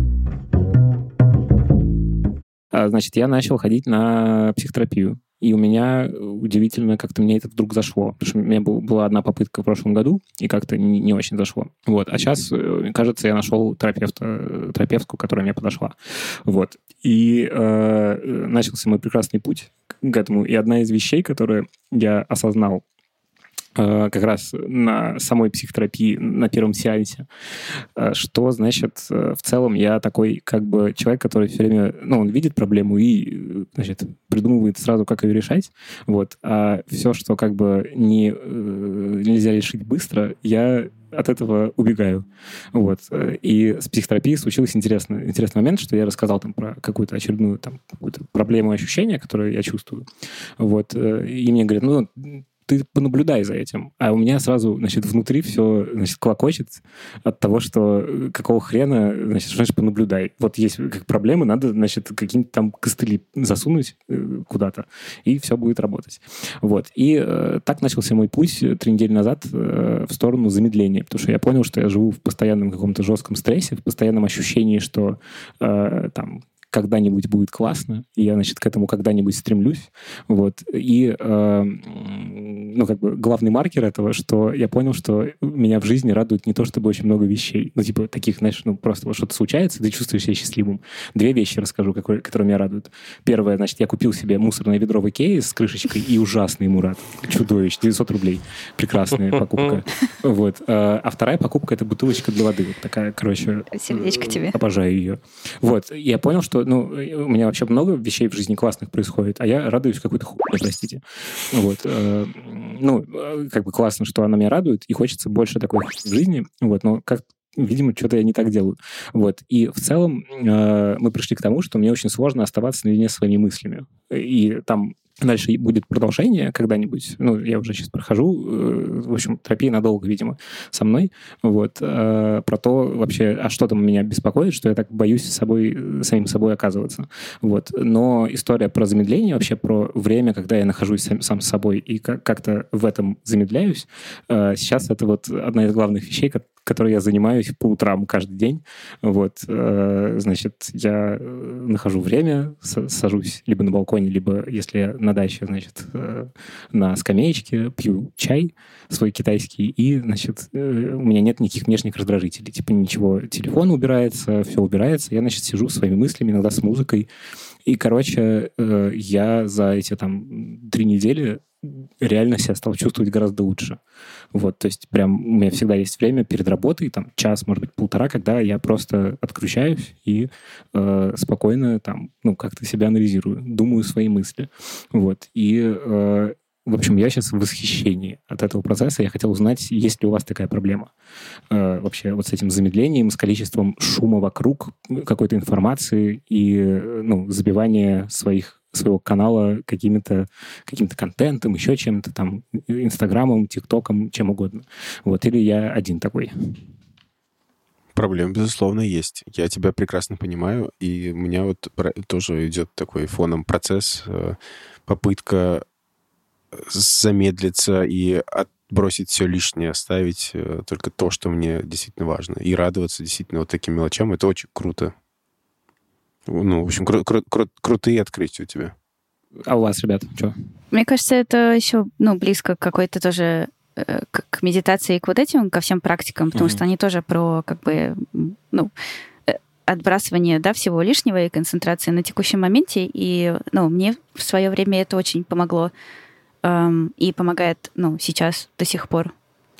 А, Значит, я начал ходить на психотерапию. И у меня удивительно, как-то мне это вдруг зашло. Потому что у меня был- была одна попытка в прошлом году, и как-то не, не очень зашло. Вот. А сейчас, э, кажется, я нашел терапевта, э, терапевтку, которая мне подошла. Вот. И э, начался мой прекрасный путь к этому. И одна из вещей, которые я осознал как раз на самой психотерапии, на первом сеансе, что, значит, в целом я такой как бы человек, который все время, ну, он видит проблему и, значит, придумывает сразу, как ее решать, вот, а все, что как бы не, нельзя решить быстро, я от этого убегаю. Вот. И с психотерапией случился интересный, интересный момент, что я рассказал там про какую-то очередную там, какую-то проблему ощущения, которую я чувствую. Вот. И мне говорят, ну, ты понаблюдай за этим. А у меня сразу, значит, внутри все, значит, клокочет от того, что какого хрена, значит, что значит понаблюдай. Вот есть как проблемы, надо, значит, какие-нибудь там костыли засунуть куда-то, и все будет работать. Вот. И э, так начался мой путь три недели назад э, в сторону замедления, потому что я понял, что я живу в постоянном каком-то жестком стрессе, в постоянном ощущении, что э, там когда-нибудь будет классно, и я, значит, к этому когда-нибудь стремлюсь, вот, и, э, ну, как бы главный маркер этого, что я понял, что меня в жизни радует не то, чтобы очень много вещей, ну, типа, таких, знаешь, ну, просто вот что-то случается, ты чувствуешь себя счастливым. Две вещи расскажу, какой, которые меня радуют. Первое, значит, я купил себе мусорное ведро в Икее с крышечкой, и ужасный ему рад. Чудовищ, девятьсот рублей. Прекрасная покупка. Вот. А вторая покупка — это бутылочка для воды. Вот такая, короче... Сердечко тебе. Обожаю ее. Вот. Я понял, что ну, у меня вообще много вещей в жизни классных происходит, а я радуюсь какой-то хуйне, простите. Вот. Ну, как бы классно, что она меня радует, и хочется больше такой в жизни. Вот. Но как видимо, что-то я не так делаю. Вот. И в целом э, мы пришли к тому, что мне очень сложно оставаться наедине с своими мыслями. И там дальше будет продолжение когда-нибудь. Ну, я уже сейчас прохожу. Э, в общем, терапия надолго, видимо, со мной. Вот. Э, про то вообще, а что там меня беспокоит, что я так боюсь с собой, самим собой оказываться. Вот. Но история про замедление, вообще про время, когда я нахожусь сам, сам с собой и как- как-то в этом замедляюсь, э, сейчас это вот одна из главных вещей, которой я занимаюсь по утрам каждый день. Вот, э, значит, я нахожу время, сажусь либо на балконе, либо, если я на даче, значит, э, на скамеечке, пью чай свой китайский, и, значит, э, у меня нет никаких внешних раздражителей. Типа ничего, телефон убирается, все убирается. Я, значит, сижу своими мыслями, иногда с музыкой. И, короче, э, я за эти там три недели реально себя стал чувствовать гораздо лучше. Вот, то есть прям у меня всегда есть время перед работой, там час, может быть, полтора, когда я просто отключаюсь и э, спокойно там, ну, как-то себя анализирую, думаю свои мысли. Вот, и э, в общем, я сейчас в восхищении от этого процесса. Я хотел узнать, есть ли у вас такая проблема э, вообще вот с этим замедлением, с количеством шума вокруг, какой-то информации и, ну, забивания своих своего канала каким-то, каким-то контентом, еще чем-то там, Инстаграмом, ТикТоком, чем угодно. Вот. Или я один такой. Проблема, безусловно, есть. Я тебя прекрасно понимаю, и у меня вот тоже идет такой фоном процесс, попытка замедлиться и отбросить все лишнее, оставить только то, что мне действительно важно, и радоваться действительно вот таким мелочам. Это очень круто. Ну, в общем, кру- кру- кру- крутые открытия у тебя. А у вас, ребят, что? Мне кажется, это еще, ну, близко к какой-то тоже э, к, к медитации и к вот этим, ко всем практикам, потому mm-hmm. что они тоже про, как бы, ну, э, отбрасывание, да, всего лишнего и концентрации на текущем моменте. И, ну, мне в свое время это очень помогло эм, и помогает, ну, сейчас до сих пор.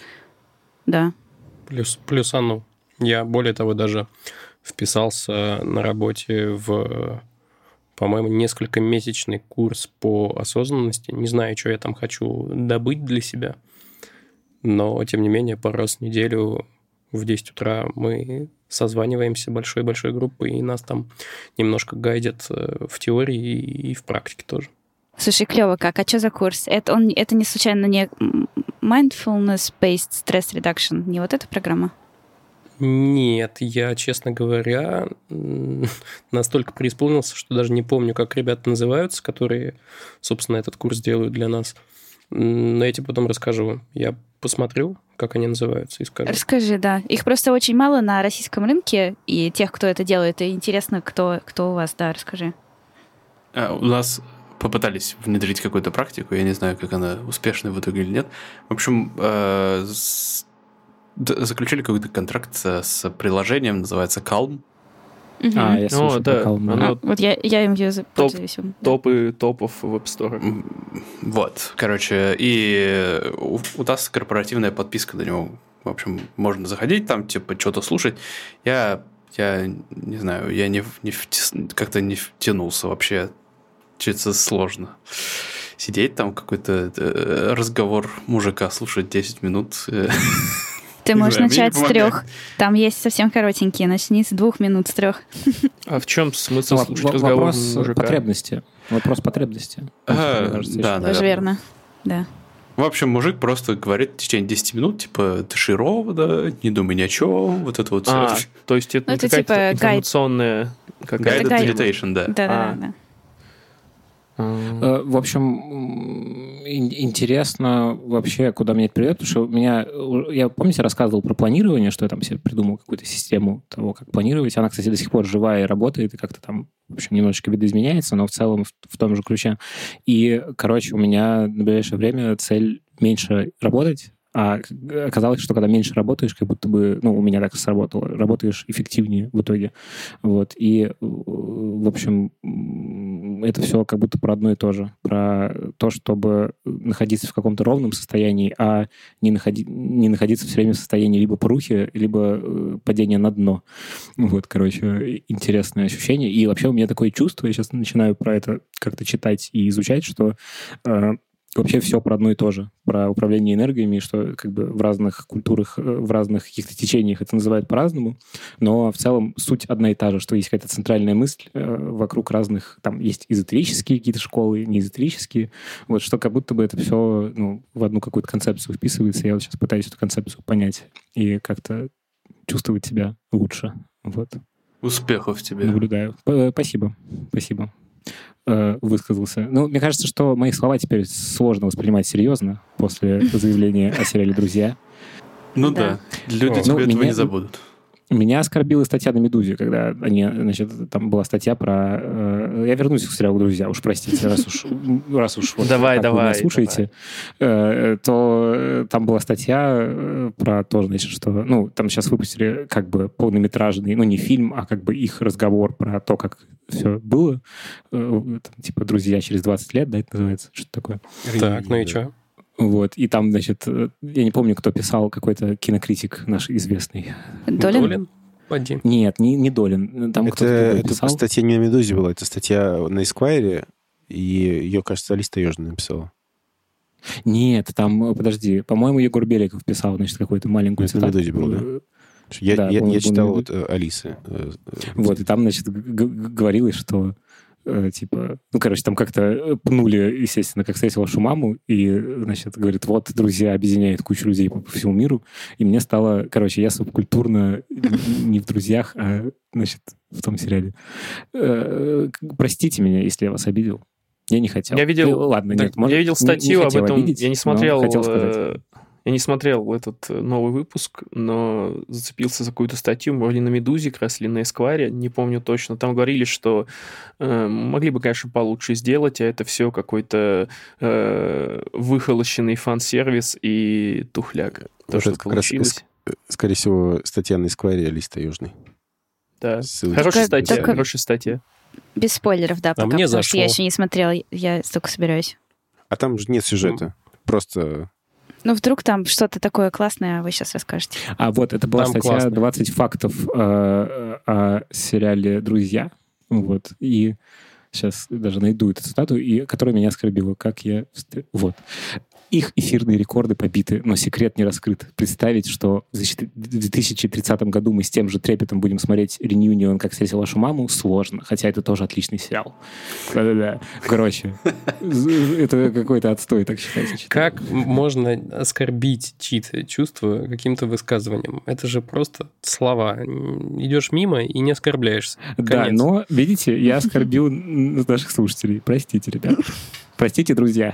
Да. Плюс, плюсану. Я, более того, даже вписался на работе в, по-моему, несколькомесячный курс по осознанности. Не знаю, что я там хочу добыть для себя, но, тем не менее, пару раз в неделю в десять утра мы созваниваемся большой-большой группой, и нас там немножко гайдят в теории и в практике тоже. Слушай, клево как. А что за курс? Это, он, это не случайно не Mindfulness-Based Stress Reduction? Не вот эта программа? Нет, я, честно говоря, настолько преисполнился, что даже не помню, как ребята называются, которые, собственно, этот курс делают для нас. Но я тебе потом расскажу. Я посмотрю, как они называются, и скажу. Расскажи, да. Их просто очень мало на российском рынке, и тех, кто это делает, и интересно, кто, кто у вас, да, расскажи. А, у нас попытались внедрить какую-то практику, я не знаю, как она успешна в итоге или нет. В общем, э, с... заключили какой-то контракт с приложением, называется Calm. Мгм. А, я О, слушаю да, пока он- оно- А, вот я, я им юзаю, Топ. пользуюсь. Топы топов в App Store. М, Вот, короче, и у, у нас корпоративная подписка на него. В общем, можно заходить там, типа, что-то слушать. Я, я не знаю, я не, в- не втис- как-то не втянулся вообще. Что-то сложно. Сидеть там, какой-то э, разговор мужика слушать десять минут. э, Ты Не можешь знаю, мне не начать с помогает. трех. Там есть совсем коротенькие. Начни с двух минут, с трех. А в чем смысл Ну, слушать во- разговор вопрос мужика? потребности. Вопрос потребности. Ну, А, типа, мне кажется, да, еще. Тоже наверное. верно. Да. В общем, мужик просто говорит в течение десяти минут, типа, ты да, не думай ни о чем, вот это вот А, все. то есть это Ну, не это какая-то типа гайд. информационная... какая-то Guided гайд. meditation, да. Да, да, А. да. А, Э, В общем, м, ин- интересно вообще, куда меня это приведет, потому что у меня, э, я, помните, рассказывал про планирование, что я там себе придумал какую-то систему того, как планировать. Она, кстати, до сих пор живая и работает, и как-то там, в общем, немножечко видоизменяется, но в целом в, в том же ключе. И, короче, у меня на ближайшее время цель меньше работать, а оказалось, что когда меньше работаешь, как будто бы, ну, у меня так сработало, работаешь эффективнее в итоге. Вот. И, э, в общем, м, это все как будто про одно и то же. Про то, чтобы находиться в каком-то ровном состоянии, а не, находи, не находиться все время в состоянии либо порухи, либо э, падения на дно. Вот, короче, интересное ощущение. И вообще у меня такое чувство, я сейчас начинаю про это как-то читать и изучать, что э, вообще все про одно и то же, про управление энергиями, что как бы в разных культурах, э, в разных каких-то течениях это называют по-разному, но в целом суть одна и та же, что есть какая-то центральная мысль э, вокруг разных, там есть эзотерические какие-то школы, неэзотерические, вот что как будто бы это все ну, в одну какую-то концепцию вписывается. Я вот сейчас пытаюсь эту концепцию понять и как-то чувствовать себя лучше. Вот. Успехов тебе. Наблюдаю. П- Спасибо. Спасибо. Э, Высказался. Ну, мне кажется, что мои слова теперь сложно воспринимать серьезно после заявления о сериале «Друзья». Ну Да. да, люди Ну, тебе этого меня- не забудут. Меня оскорбила статья на «Медузе», когда они, значит, там была статья про... э, я вернусь к сериалу «Друзья», уж простите, раз уж, раз уж вот Давай, так вы меня давай, слушаете, э, то э, там была статья э, про то, значит, что... Ну, там сейчас выпустили как бы полнометражный, ну, не фильм, а как бы их разговор про то, как все было. Э, там, типа «Друзья через двадцать лет», да, это называется? Что такое? Так, ну и что? Вот, и там, значит, э, я не помню, кто писал, какой-то кинокритик наш известный. Долин? Долин? Поди. Нет, не, не Долин. Там Это, кто-то другой это писал. статья не на «Медузе» была, это статья на Esquire, и ее, кажется, Алиса Таежная написала. Нет, там, подожди, по-моему, Егор Беликов писал, значит, какую-то маленькую Это на цитату. «Медузе» было, да? Э, Я, Да, я, я по-моему, был читал на вот э, Алисы. э, э, Вот, и там, значит, г- г- говорилось, что э, типа, ну, короче, там как-то пнули, естественно, как встретил вашу маму, и, значит, говорит, вот, друзья объединяют кучу людей по, по всему миру, и мне стало, короче, я субкультурно не в «Друзьях», а, значит, в том сериале. Э, к- Простите меня, если я вас обидел. Я не хотел. Я видел- Ну, ладно, Так, нет, может, я видел не- не статью об хотел этом. обидеть, Я не но смотрел. хотел сказать. э, Я не смотрел этот э, новый выпуск, но зацепился за какую-то статью, вроде на «Медузе», как раз или на «Эскваре», не помню точно. Там говорили, что э, могли бы, конечно, получше сделать, а это все какой-то э, выхолощенный фан-сервис и тухляк. То, Вот что это как раз получилось. Скорее всего, статья на Esquire Алисы Таежной. Да. Ссылочка. Хорошая Только- статья, только- хорошая статья. Без спойлеров, да, пока, мне потому что я зашло. еще не смотрела, я только собираюсь. А там же нет сюжета. Просто Ну, вдруг там что-то такое классное, а вы сейчас расскажете. А вот это была Там статья классно. двадцать фактов э, о сериале «Друзья». Вот. И сейчас даже найду эту цитату, и, которая меня оскорбила. Как я... встр- Вот. Их эфирные рекорды побиты, но секрет не раскрыт. Представить, что в две тысячи тридцатом году мы с тем же трепетом будем смотреть «Реюнион, как встретил вашу маму», сложно. Хотя это тоже отличный сериал. Да-да-да. Короче, это какой-то отстой, так считается. Как можно оскорбить чьи-то чувства каким-то высказыванием? Это же просто слова. Идешь мимо и не оскорбляешься. Да, Конец. но, видите, я оскорбил н- наших слушателей. Простите, ребят. Простите, друзья.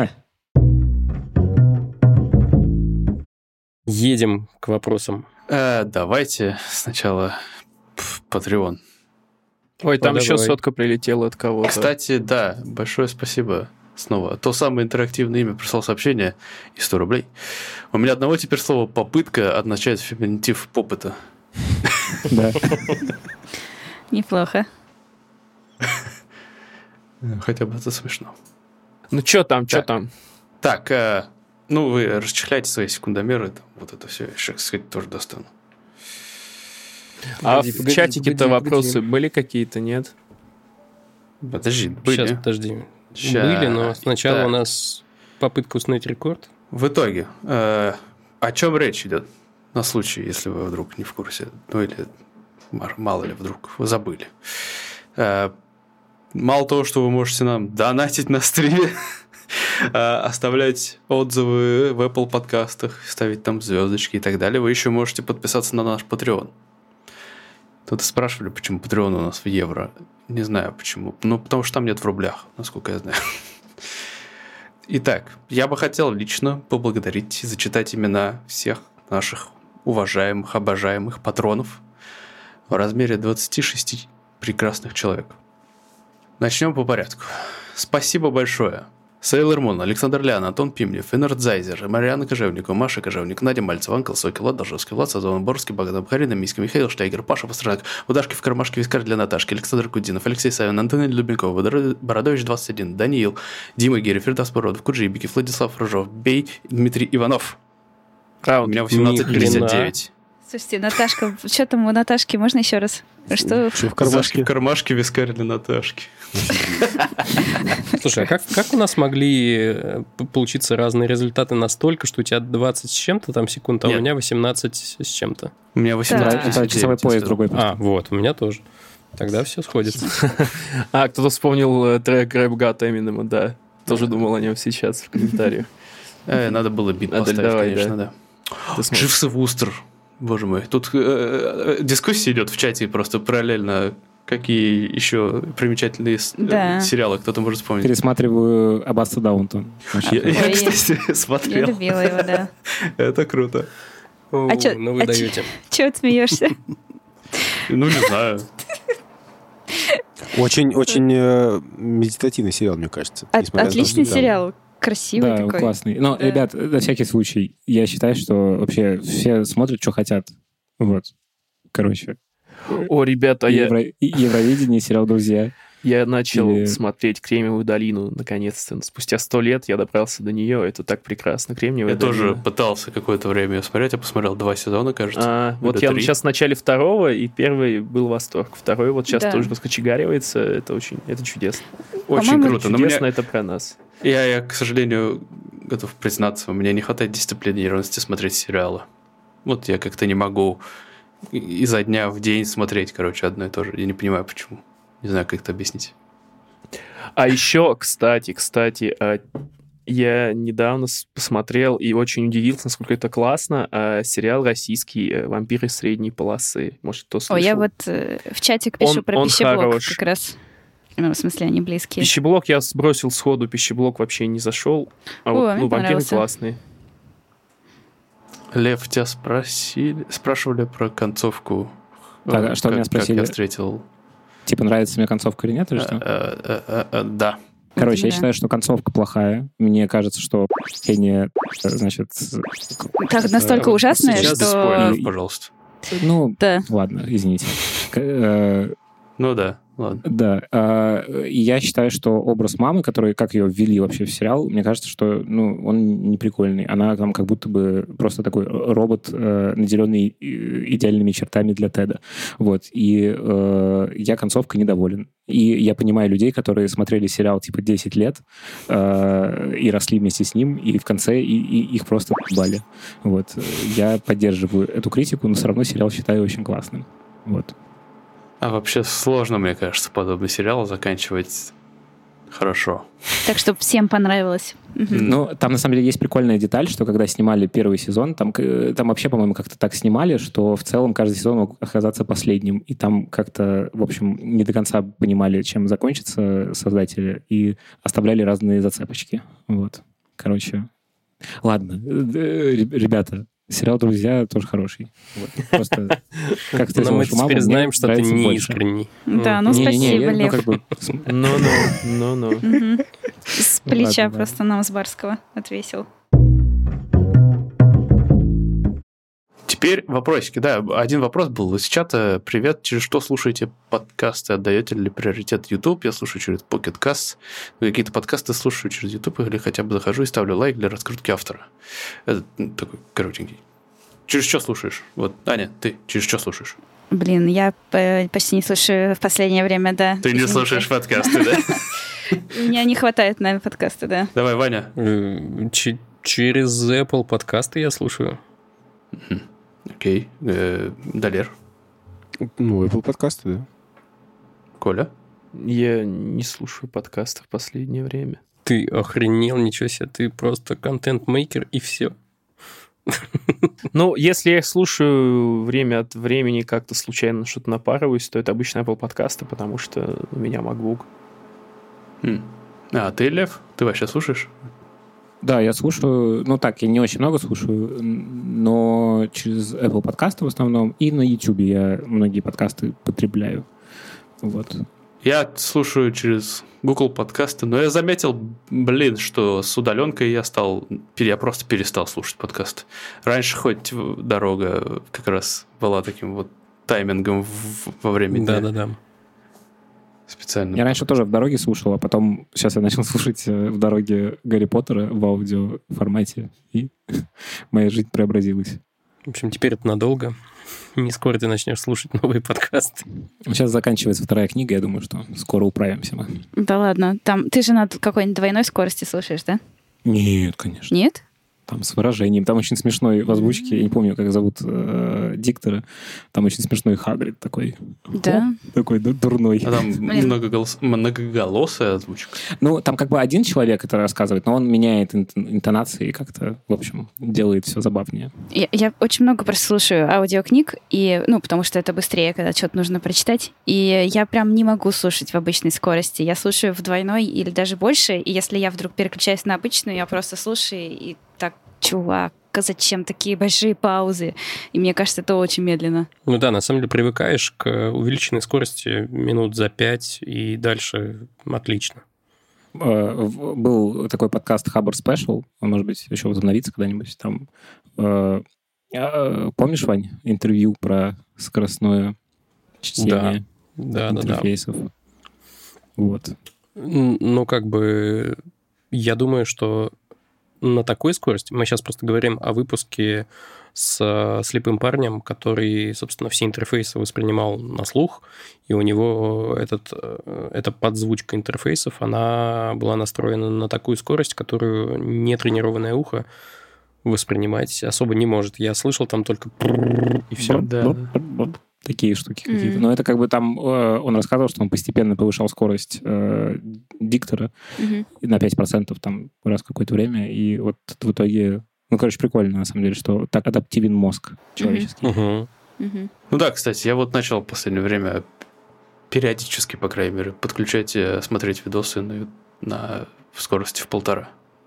Едем к вопросам. Э, давайте сначала Patreon. Ой, там Ой, еще давай. сотка прилетела от кого-то. Кстати, да, большое спасибо снова. То самое интерактивное имя прислал сообщение и сто рублей. У меня одного теперь слова «попытка» означает феминитив «попыта». Да. Неплохо. Хотя бы это смешно. Ну, что там, что Так. там? Так, э, ну, вы расчехляйте свои секундомеры, там, вот это все, я еще, так сказать, тоже достану. А Погоди, в погоди, чатике-то погоди, вопросы погоди. были какие-то, нет? Подожди, были. Сейчас, подожди. Ща. Были, но сначала Так. у нас попытка установить рекорд. В итоге, э, о чем речь идет? На случай, если вы вдруг не в курсе, ну или мар- мало ли вдруг вы забыли. Э, мало того, что вы можете нам донатить на стриме, э, оставлять отзывы в Apple подкастах, ставить там звездочки и так далее, вы еще можете подписаться на наш Patreon. Кто-то спрашивали, почему Patreon у нас в евро. Не знаю почему. Ну, потому что там нет в рублях, насколько я знаю. Итак, я бы хотел лично поблагодарить и зачитать имена всех наших уважаемых, обожаемых патронов в размере двадцати шести прекрасных человек. Начнем по порядку. Спасибо большое. Сейлор Мун, Александр Лян, Антон Пимлев, Иннард Зайзер, Марианна Кожевникова, Маша Кожевник, Надя Мальцева, Анкл Сокий, Влад Должевский, Влад Сазон, Борский, Богдан Бхарина, Миська, Михаил Штайгер, Паша Пастернак, Удашки в кармашке, Вискарь для Наташки, Александр Кудинов, Алексей Савин, Антон Любенков, Бородович двадцать один, Даниил, Дима Герри, Фердас Породов, Куджибики, Владислав Рыжов, Бей, Дмитрий Иванов. У Раунд. меня восемнадцать пятьдесят девять. Слушайте, Наташка, что там у Наташки? Можно еще раз? Что? Что в Удашки кармашке? в кармашке, Вискарь для Наташки. Слушай, а как, как у нас могли э, п- получиться разные результаты настолько, что у тебя двадцать с чем-то там секунд, а Нет. у меня восемнадцать с чем-то? У меня восемнадцать Да. пятьдесят Это часовой девять. поезд другой. А, вот, у меня тоже. Тогда все сходится. А, кто-то вспомнил э, трек Рэп Гад Эминема, да. Тоже думал о нем сейчас в комментариях. Э, надо было бит Адель, поставить, давай, конечно, да. Ты смотри. Дживс и Вустер. Боже мой. Тут э, э, дискуссия идет в чате просто параллельно. Какие еще примечательные с- э, Да. сериалы кто-то может вспомнить. Пересматриваю Аббатство Даунтон. Очень Я, хорошо. я, Ой, кстати, Я смотрел. любила его, да. Это круто. О, чё- ну вы а чё- даете. Чего ты смеешься? Ну, не знаю. Очень, очень э, медитативный сериал, мне кажется. От- несмотря на то, Отличный что там- сериал. Красивый Да, такой. классный. Но, Да. ребят, на всякий случай, я считаю, что вообще все смотрят, что хотят. Вот. Короче. О, ребята, я, Евро- и- Евровидение, сериал «Друзья». я начал Или- смотреть «Кремниевую долину», наконец-то. Спустя сто лет я добрался до нее, это так прекрасно. «Кремниевая Я долина». тоже пытался какое-то время её смотреть. Я посмотрел два сезона, кажется. А, вот Или я три. сейчас в начале второго, и первый был восторг. Второй вот сейчас Да. тоже раскочегаривается. Это очень, это чудесно. Очень по-моему, круто. Но Чудесно, мне, это про нас. я, я, к сожалению, готов признаться, мне не хватает дисциплинированности смотреть сериалы. Вот я как-то не могу и- изо дня в день смотреть, короче, одно и то же. Я не понимаю, почему. Не знаю, как это объяснить. А еще, кстати, кстати, а, я недавно с- посмотрел и очень удивился, насколько это классно. а, Сериал российский э, «Вампиры средней полосы». Может, кто слышал? Ой, я вот э, в чатик пишу Он- про он пищеблок хорош. как раз. Ну, в смысле, они близкие. Пищеблок я сбросил сходу, пищеблок вообще не зашел. А О, вот, мне ну, «Вампиры» понравился. классные. Лев, тебя спросили, спрашивали про концовку. Так, э, а что как, меня спросили? Как я встретил... Типа, нравится мне концовка или нет, или что? Э, э, э, э, Да. Короче, я Да. считаю, что концовка плохая. Мне кажется, что не, значит... Так, настолько Э, ужасное, Сейчас без что... спойлеров, И- пожалуйста. Ну, Да. ладно, извините. К- э, Ну да, ладно. Да. а, и Я считаю, что образ мамы, который, как ее ввели вообще в сериал, мне кажется, что ну, он не прикольный. Она там как будто бы просто такой робот, э, наделенный и- идеальными чертами для Теда. Вот. И э, я концовкой недоволен. И я понимаю людей, которые смотрели сериал типа десять лет э, и росли вместе с ним, и в конце и, и их просто бали. Вот. Я поддерживаю эту критику, но все равно сериал считаю очень классным. Вот. А вообще сложно, мне кажется, подобный сериал заканчивать хорошо. Так, чтобы всем понравилось. Мгм. Ну, там, на самом деле, есть прикольная деталь, что когда снимали первый сезон, там, к- там вообще, по-моему, как-то так снимали, что в целом каждый сезон мог оказаться последним. И там как-то, в общем, не до конца понимали, чем закончится создатели, и оставляли разные зацепочки. Вот. Короче. Ладно. Э, ре- Ребята, сериал «Друзья» тоже хороший. Вот. Просто как ты Но мы зовешь маму, теперь мне знаем, что ты нравится не больше. искренний. Да, ну Не-не-не, спасибо, я, ну, Лев. как бы, Ну-ну, ну-ну. Мгм. С плеча Ладно, да. просто нам с Барского отвесил. Теперь вопросики. Да, один вопрос был из чата. Привет, через что слушаете подкасты? Отдаете ли приоритет YouTube? Я слушаю через Pocket Cast. Какие-то подкасты слушаю через YouTube или хотя бы захожу и ставлю лайк для раскрутки автора. Это такой коротенький. Через что слушаешь? Вот, Аня, ты через что слушаешь? Блин, я почти не слушаю в последнее время, да. Ты не слушаешь подкасты, да? Мне не хватает, наверное, подкаста, да. Давай, Ваня. Ч- через Apple подкасты я слушаю. Окей. Э, Далер. Ну, Apple подкасты, да. Коля. Я не слушаю подкасты в последнее время. Ты охренел, ничего себе. Ты просто контент-мейкер и все. Ну, если я их слушаю время от времени, как-то случайно что-то напарываюсь, то это обычно Apple подкасты, потому что у меня MacBook. Хм. А ты, Лев, ты вообще слушаешь? Да, я слушаю, ну так, я не очень много слушаю, но через Apple подкасты в основном, и на YouTube я многие подкасты потребляю. Вот. Я слушаю через Google подкасты, но я заметил, блин, что с удаленкой я стал, я просто перестал слушать подкасты. Раньше хоть дорога как раз была таким вот таймингом во время дня. Да-да-да. Специально. Я раньше тоже в дороге слушал, а потом сейчас я начал слушать в дороге Гарри Поттера в аудио формате, и моя жизнь преобразилась. В общем, теперь это надолго. Не скоро ты начнешь слушать новые подкасты. Сейчас заканчивается вторая книга, я думаю, что скоро управимся мы. Да ладно, там ты же на какой-нибудь двойной скорости слушаешь, да? Нет, конечно. Нет? Там с выражением. Там очень смешной в озвучке. Я не помню, как зовут э, диктора. Там очень смешной Хагрид такой. Да. О, такой да, дурной. А там многоголос... многоголосая озвучка. Ну, там как бы один человек это рассказывает, но он меняет интонации и как-то, в общем, делает все забавнее. Я, я очень много просто слушаю аудиокниг, и, ну, потому что это быстрее, когда что-то нужно прочитать. И я прям не могу слушать в обычной скорости. Я слушаю в двойной или даже больше, и если я вдруг переключаюсь на обычную, я просто слушаю, и так, чувак, зачем такие большие паузы? И мне кажется, это очень медленно. Ну да, на самом деле привыкаешь к увеличенной скорости минут за пять, и дальше отлично. Был такой подкаст Хабр Special, он, может быть, еще возобновится когда-нибудь. Там, помнишь, Вань, интервью про скоростное чтение да. Да, интерфейсов? да, да. Вот. Ну, как бы, я думаю, что на такой скорости, мы сейчас просто говорим о выпуске с слепым парнем, который, собственно, все интерфейсы воспринимал на слух, и у него этот, эта подзвучка интерфейсов, она была настроена на такую скорость, которую нетренированное ухо воспринимать особо не может. Я слышал там только и все. Да. Такие штуки mm-hmm. какие-то. Но это как бы там э, он рассказывал, что он постепенно повышал скорость э, диктора mm-hmm. на пять процентов там раз в какое-то время. И вот в итоге... Ну, короче, прикольно, на самом деле, что так адаптивен мозг человеческий. Mm-hmm. Mm-hmm. Ну да, кстати, я вот начал в последнее время периодически, по крайней мере, подключать, смотреть видосы на, на скорости в полтора.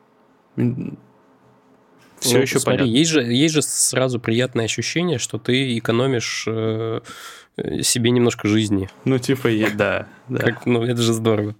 Все ну, еще смотри, понятно. Есть же, есть же сразу приятное ощущение, что ты экономишь э, себе немножко жизни. Ну, типа, да. да. Как, ну, это же здорово.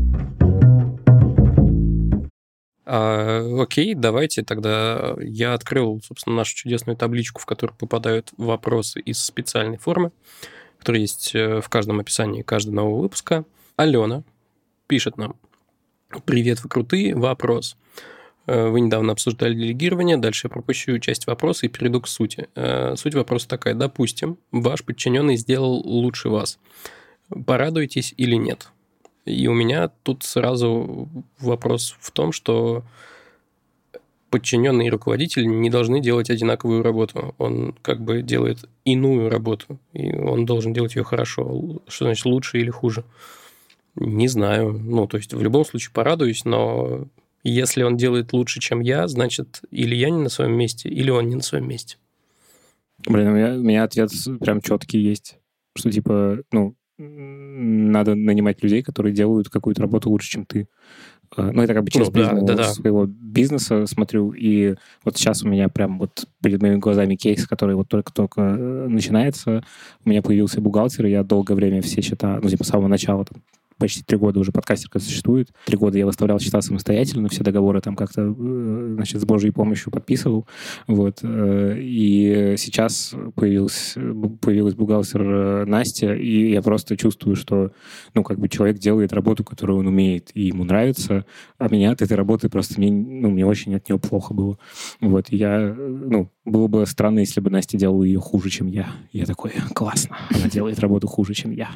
А, окей, давайте тогда я открыл, собственно, нашу чудесную табличку, в которую попадают вопросы из специальной формы, которая есть в каждом описании каждого нового выпуска. Алена пишет нам: «Привет, вы крутые. Вопрос. Вы недавно обсуждали делегирование, дальше я пропущу часть вопроса и перейду к сути. Суть вопроса такая. Допустим, ваш подчиненный сделал лучше вас. Порадуетесь или нет?» И у меня тут сразу вопрос в том, что подчиненный и руководитель не должны делать одинаковую работу. Он как бы делает иную работу, и он должен делать ее хорошо. Что значит лучше или хуже? Не знаю. Ну, то есть в любом случае порадуюсь, но... Если он делает лучше, чем я, значит, или я не на своем месте, или он не на своем месте. Блин, у меня, у меня ответ прям четкий есть, что типа, ну, надо нанимать людей, которые делают какую-то работу лучше, чем ты. Ну, это как бы через ну, да, призму да, да. своего бизнеса смотрю, и вот сейчас у меня прям вот перед моими глазами кейс, который вот только-только начинается. У меня появился бухгалтер, и я долгое время все счета, ну, типа, с самого начала там, почти три года уже подкастер существует. Три года я выставлял счета самостоятельно, все договоры там как-то, значит, с Божьей помощью подписывал. Вот. И сейчас появился, появилась бухгалтер Настя, и я просто чувствую, что, ну, как бы человек делает работу, которую он умеет, и ему нравится, а меня от этой работы просто, мне, ну, мне очень от нее плохо было. Вот. И я, ну, было бы странно, если бы Настя делала ее хуже, чем я. Я такой, классно, она делает работу хуже, чем я.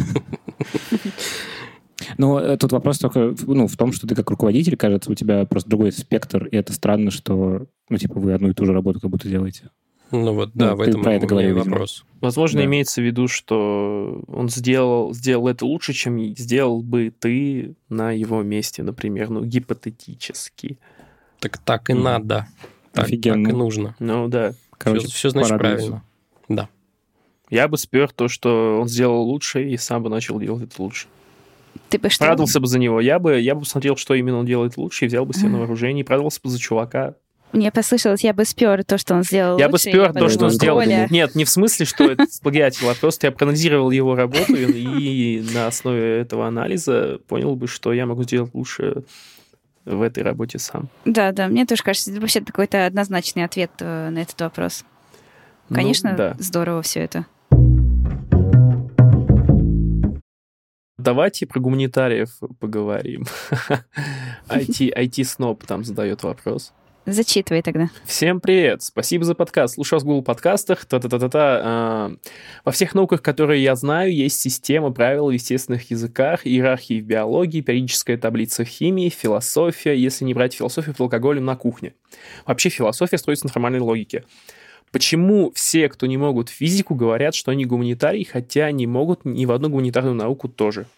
Но тут вопрос только, ну, в том, что ты как руководитель, кажется, у тебя просто другой спектр, и это странно, что, ну, типа, вы одну и ту же работу как будто делаете. Ну вот, да, ну, в этом про это говорил, вопрос. Возможно, да. имеется в виду, что он сделал, сделал это лучше, чем сделал бы ты на его месте, например, ну, гипотетически. Так так и mm. надо. Так, Офигенно. Так и нужно. Ну, да. Короче, все, все значит правильно. Да. Я бы спер то, что он сделал лучше, и сам бы начал делать это лучше. Ты бы что? Продался бы за него. Я бы, я бы посмотрел, что именно он делает лучше, и взял бы себе на вооружение, и продался бы за чувака. Мне послышалось, я бы спер то, что он сделал я лучше. Я бы спер то, что он сделал. Коля... Нет, не в смысле, что это сплагиатил, а просто я проанализировал его работу, и на основе этого анализа понял бы, что я могу сделать лучше в этой работе сам. Да, да, мне тоже кажется, это вообще какой-то однозначный ответ на этот вопрос. Конечно, ну, да. Здорово все это. Давайте про гуманитариев поговорим. ай ти-сноб там задает вопрос. Зачитывай тогда. Всем привет. Спасибо за подкаст. Слушал в Google подкастах. Та-та-та-та-та. Во всех науках, которые я знаю, есть система правил в естественных языках, иерархии в биологии, периодическая таблица в химии, философия, если не брать философию, то алкоголем на кухне. Вообще философия строится на формальной логике. Почему все, кто не могут физику, говорят, что они гуманитарии, хотя они могут ни в одну гуманитарную науку тоже?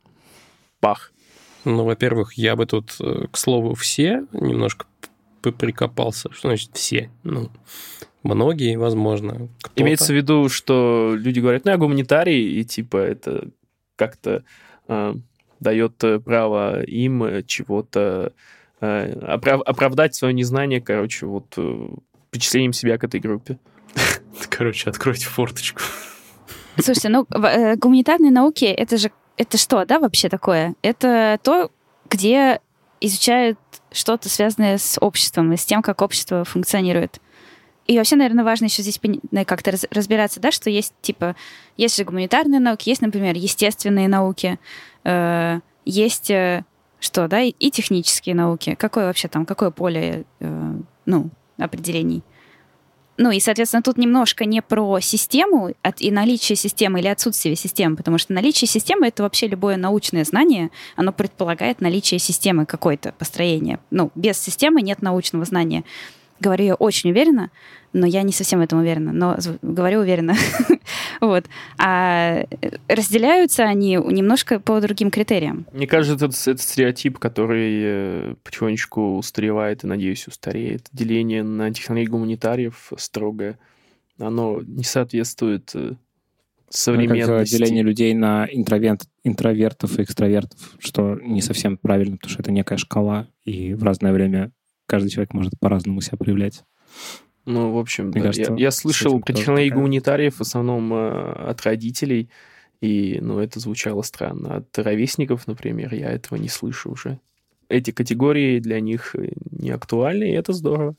Пах. Ну, во-первых, я бы тут, к слову, все немножко прикопался. Что значит все? Ну, многие, возможно. Кто-то. Имеется в виду, что люди говорят, ну, я гуманитарий, и типа это как-то э, дает право им чего-то э, оправ- оправдать свое незнание, короче, вот э, причислением себя к этой группе. Короче, откройте форточку. Слушайте, ну, гуманитарные науки, это же, это что, да, вообще такое? Это то, где изучают что-то, связанное с обществом и с тем, как общество функционирует. И вообще, наверное, важно еще здесь как-то разбираться, да, что есть, типа, есть же гуманитарные науки, есть, например, естественные науки, э, есть, э, что, да, и, и технические науки. Какое вообще там, какое поле, э, ну, определений? Ну, и, соответственно, тут немножко не про систему от, и наличие системы или отсутствие системы, потому что наличие системы — это вообще любое научное знание, оно предполагает наличие системы какой-то, построения. Ну, без системы нет научного знания. Говорю я очень уверенно, но я не совсем в этом уверена, но говорю уверенно. Вот. А разделяются они немножко по другим критериям. Мне кажется, это, это стереотип, который потихонечку устаревает и, надеюсь, устареет. Деление на технологии гуманитариев строгое, оно не соответствует современности. Как деление людей на интроверт, интровертов и экстравертов, что не совсем правильно, потому что это некая шкала, и в разное время каждый человек может по-разному себя проявлять. Ну, в общем, да, кажется, я, я слышал про технологии гуманитариев в основном э, от родителей, и, ну, это звучало странно. От ровесников, например, я этого не слышу уже. Эти категории для них не актуальны, и это здорово.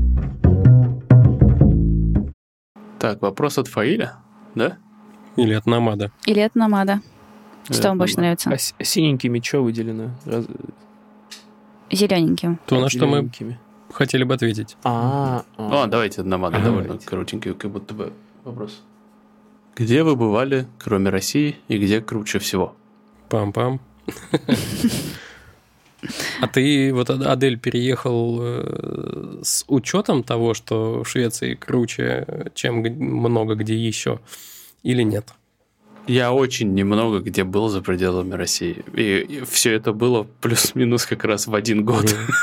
Так, вопрос от Фаиля, да? Или от Намада. Или от Намада. Что вам больше нравится? А с- синенькими что выделено? Раз... Зелененьким. То, на что мы хотели бы ответить. А, а. О, давайте Намада, а, довольно давайте. Коротенький, как будто бы вопрос. Где вы бывали, кроме России, и где круче всего? Пам-пам. А ты, вот, Адель, переехал с учетом того, что в Швеции круче, чем много где еще, или нет? Я очень немного где был за пределами России. И, и все это было плюс-минус как раз в один год.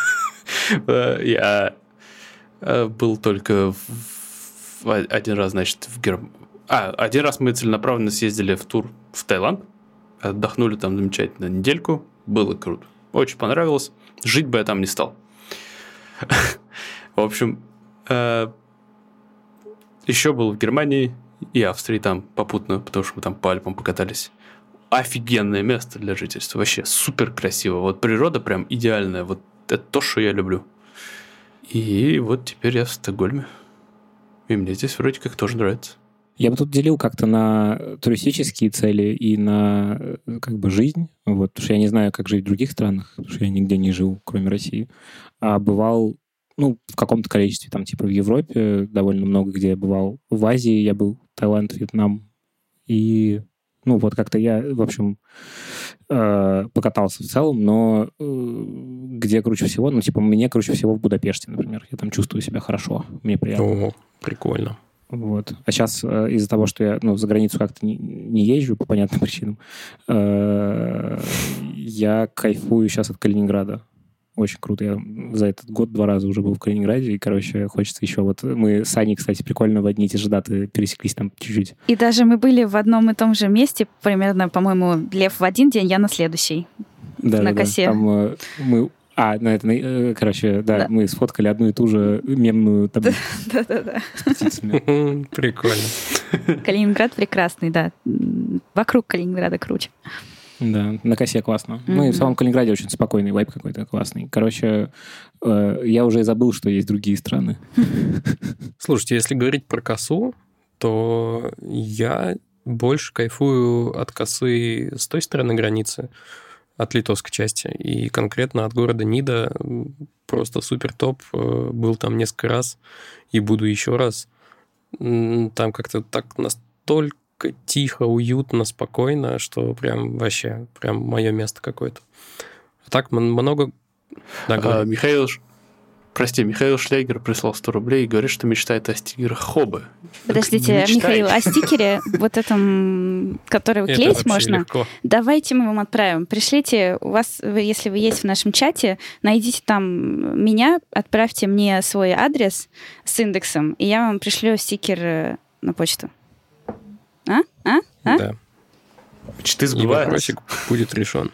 Я был только один раз, значит, в Германии. А, один раз мы целенаправленно съездили в тур в Таиланд. Отдохнули там замечательно недельку. Было круто. Очень понравилось. Жить бы я там не стал. В общем, еще был в Германии и Австрии там попутно, потому что мы там по Альпам покатались. офигенное место для жительства. Вообще супер красиво. Вот природа прям идеальная. Вот это то, что я люблю. И вот теперь я в Стокгольме. И мне здесь вроде как тоже нравится. Я бы тут делил как-то на туристические цели и на как бы жизнь. Вот, потому что я не знаю, как жить в других странах, потому что я нигде не жил, кроме России. А бывал, ну, в каком-то количестве, там, типа в Европе довольно много, где я бывал. В Азии я был, Таиланд, Вьетнам. И, ну, вот как-то я, в общем, э, покатался в целом, но э, где круче всего? Ну, типа, мне круче всего в Будапеште, например. Я там чувствую себя хорошо, мне приятно. О, прикольно. Вот. А сейчас э, из-за того, что я ну, за границу как-то не, не езжу по понятным причинам, э, я кайфую сейчас от Калининграда. Очень круто. Я за этот год два раза уже был в Калининграде, и, короче, хочется еще... Вот мы с Аней, кстати, прикольно в одни и те же даты пересеклись там чуть-чуть. И даже мы были в одном и том же месте, примерно, по-моему, Лев в один день, я на следующий. Да, на да, косе. Да. Там э, мы... А, на это, э, короче, да, да, мы сфоткали одну и ту же мемную таблицу. Да-да-да. С птицами. Прикольно. Калининград прекрасный, да. Вокруг Калининграда круче. Да, на косе классно. Mm-hmm. Ну и в самом Калининграде очень спокойный вайб какой-то классный. Короче, э, я уже и забыл, что есть другие страны. Слушайте, если говорить про косу, то я больше кайфую от косы с той стороны границы, от литовской части. И конкретно от города Нида просто супер топ. Был там несколько раз и буду еще раз. Там как-то так настолько тихо, уютно, спокойно, что прям вообще, прям мое место какое-то. А так много... Да, а, Михаил, прости, Михаил Шлягер прислал сто рублей и говорит, что мечтает о стикерах Хобы. Подождите, Михаил, о стикере, вот этом, который клеить можно, давайте мы вам отправим. Пришлите, у вас, если вы есть в нашем чате, найдите там меня, отправьте мне свой адрес с индексом, и я вам пришлю стикер на почту. А? А? А? Да. Мечты сбываются. И вопросик будет решен.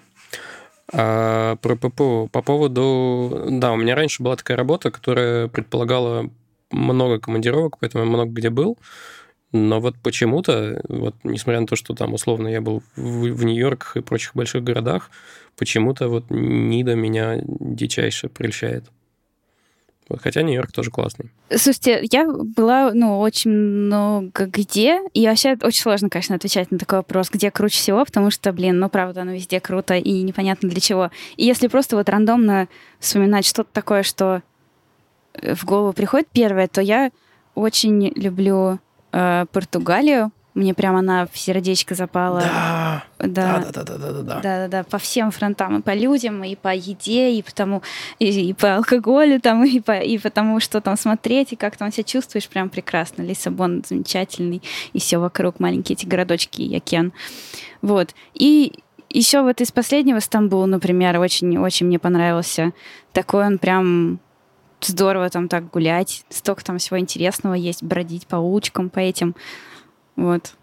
А, про, по, по поводу... Да, у меня раньше была такая работа, которая предполагала много командировок, поэтому я много где был. Но вот почему-то, вот, несмотря на то, что там условно я был в, в Нью-Йорках и прочих больших городах, почему-то вот Нида меня дичайше прельщает. Вот, хотя Нью-Йорк тоже классный. Слушайте, я была, ну, очень много где, и вообще очень сложно, конечно, отвечать на такой вопрос, где круче всего, потому что, блин, ну, правда, оно везде круто и непонятно для чего. И если просто вот рандомно вспоминать что-то такое, что в голову приходит первое, то я очень люблю э, Португалию. Мне прям она в сердечко запала. Да. Да. Да, да, да, да, да, да. Да, да, да, по всем фронтам, и по людям, и по еде, и потому, и, и по алкоголю, там, и по, и потому, что там смотреть, и как там себя чувствуешь, прям прекрасно. Лиссабон замечательный, и все вокруг, маленькие эти городочки и океан. Вот. И еще вот из последнего Стамбул, например, очень-очень мне понравился. Такой он прям здорово там так гулять, столько там всего интересного есть, бродить по улочкам, по этим. Вот.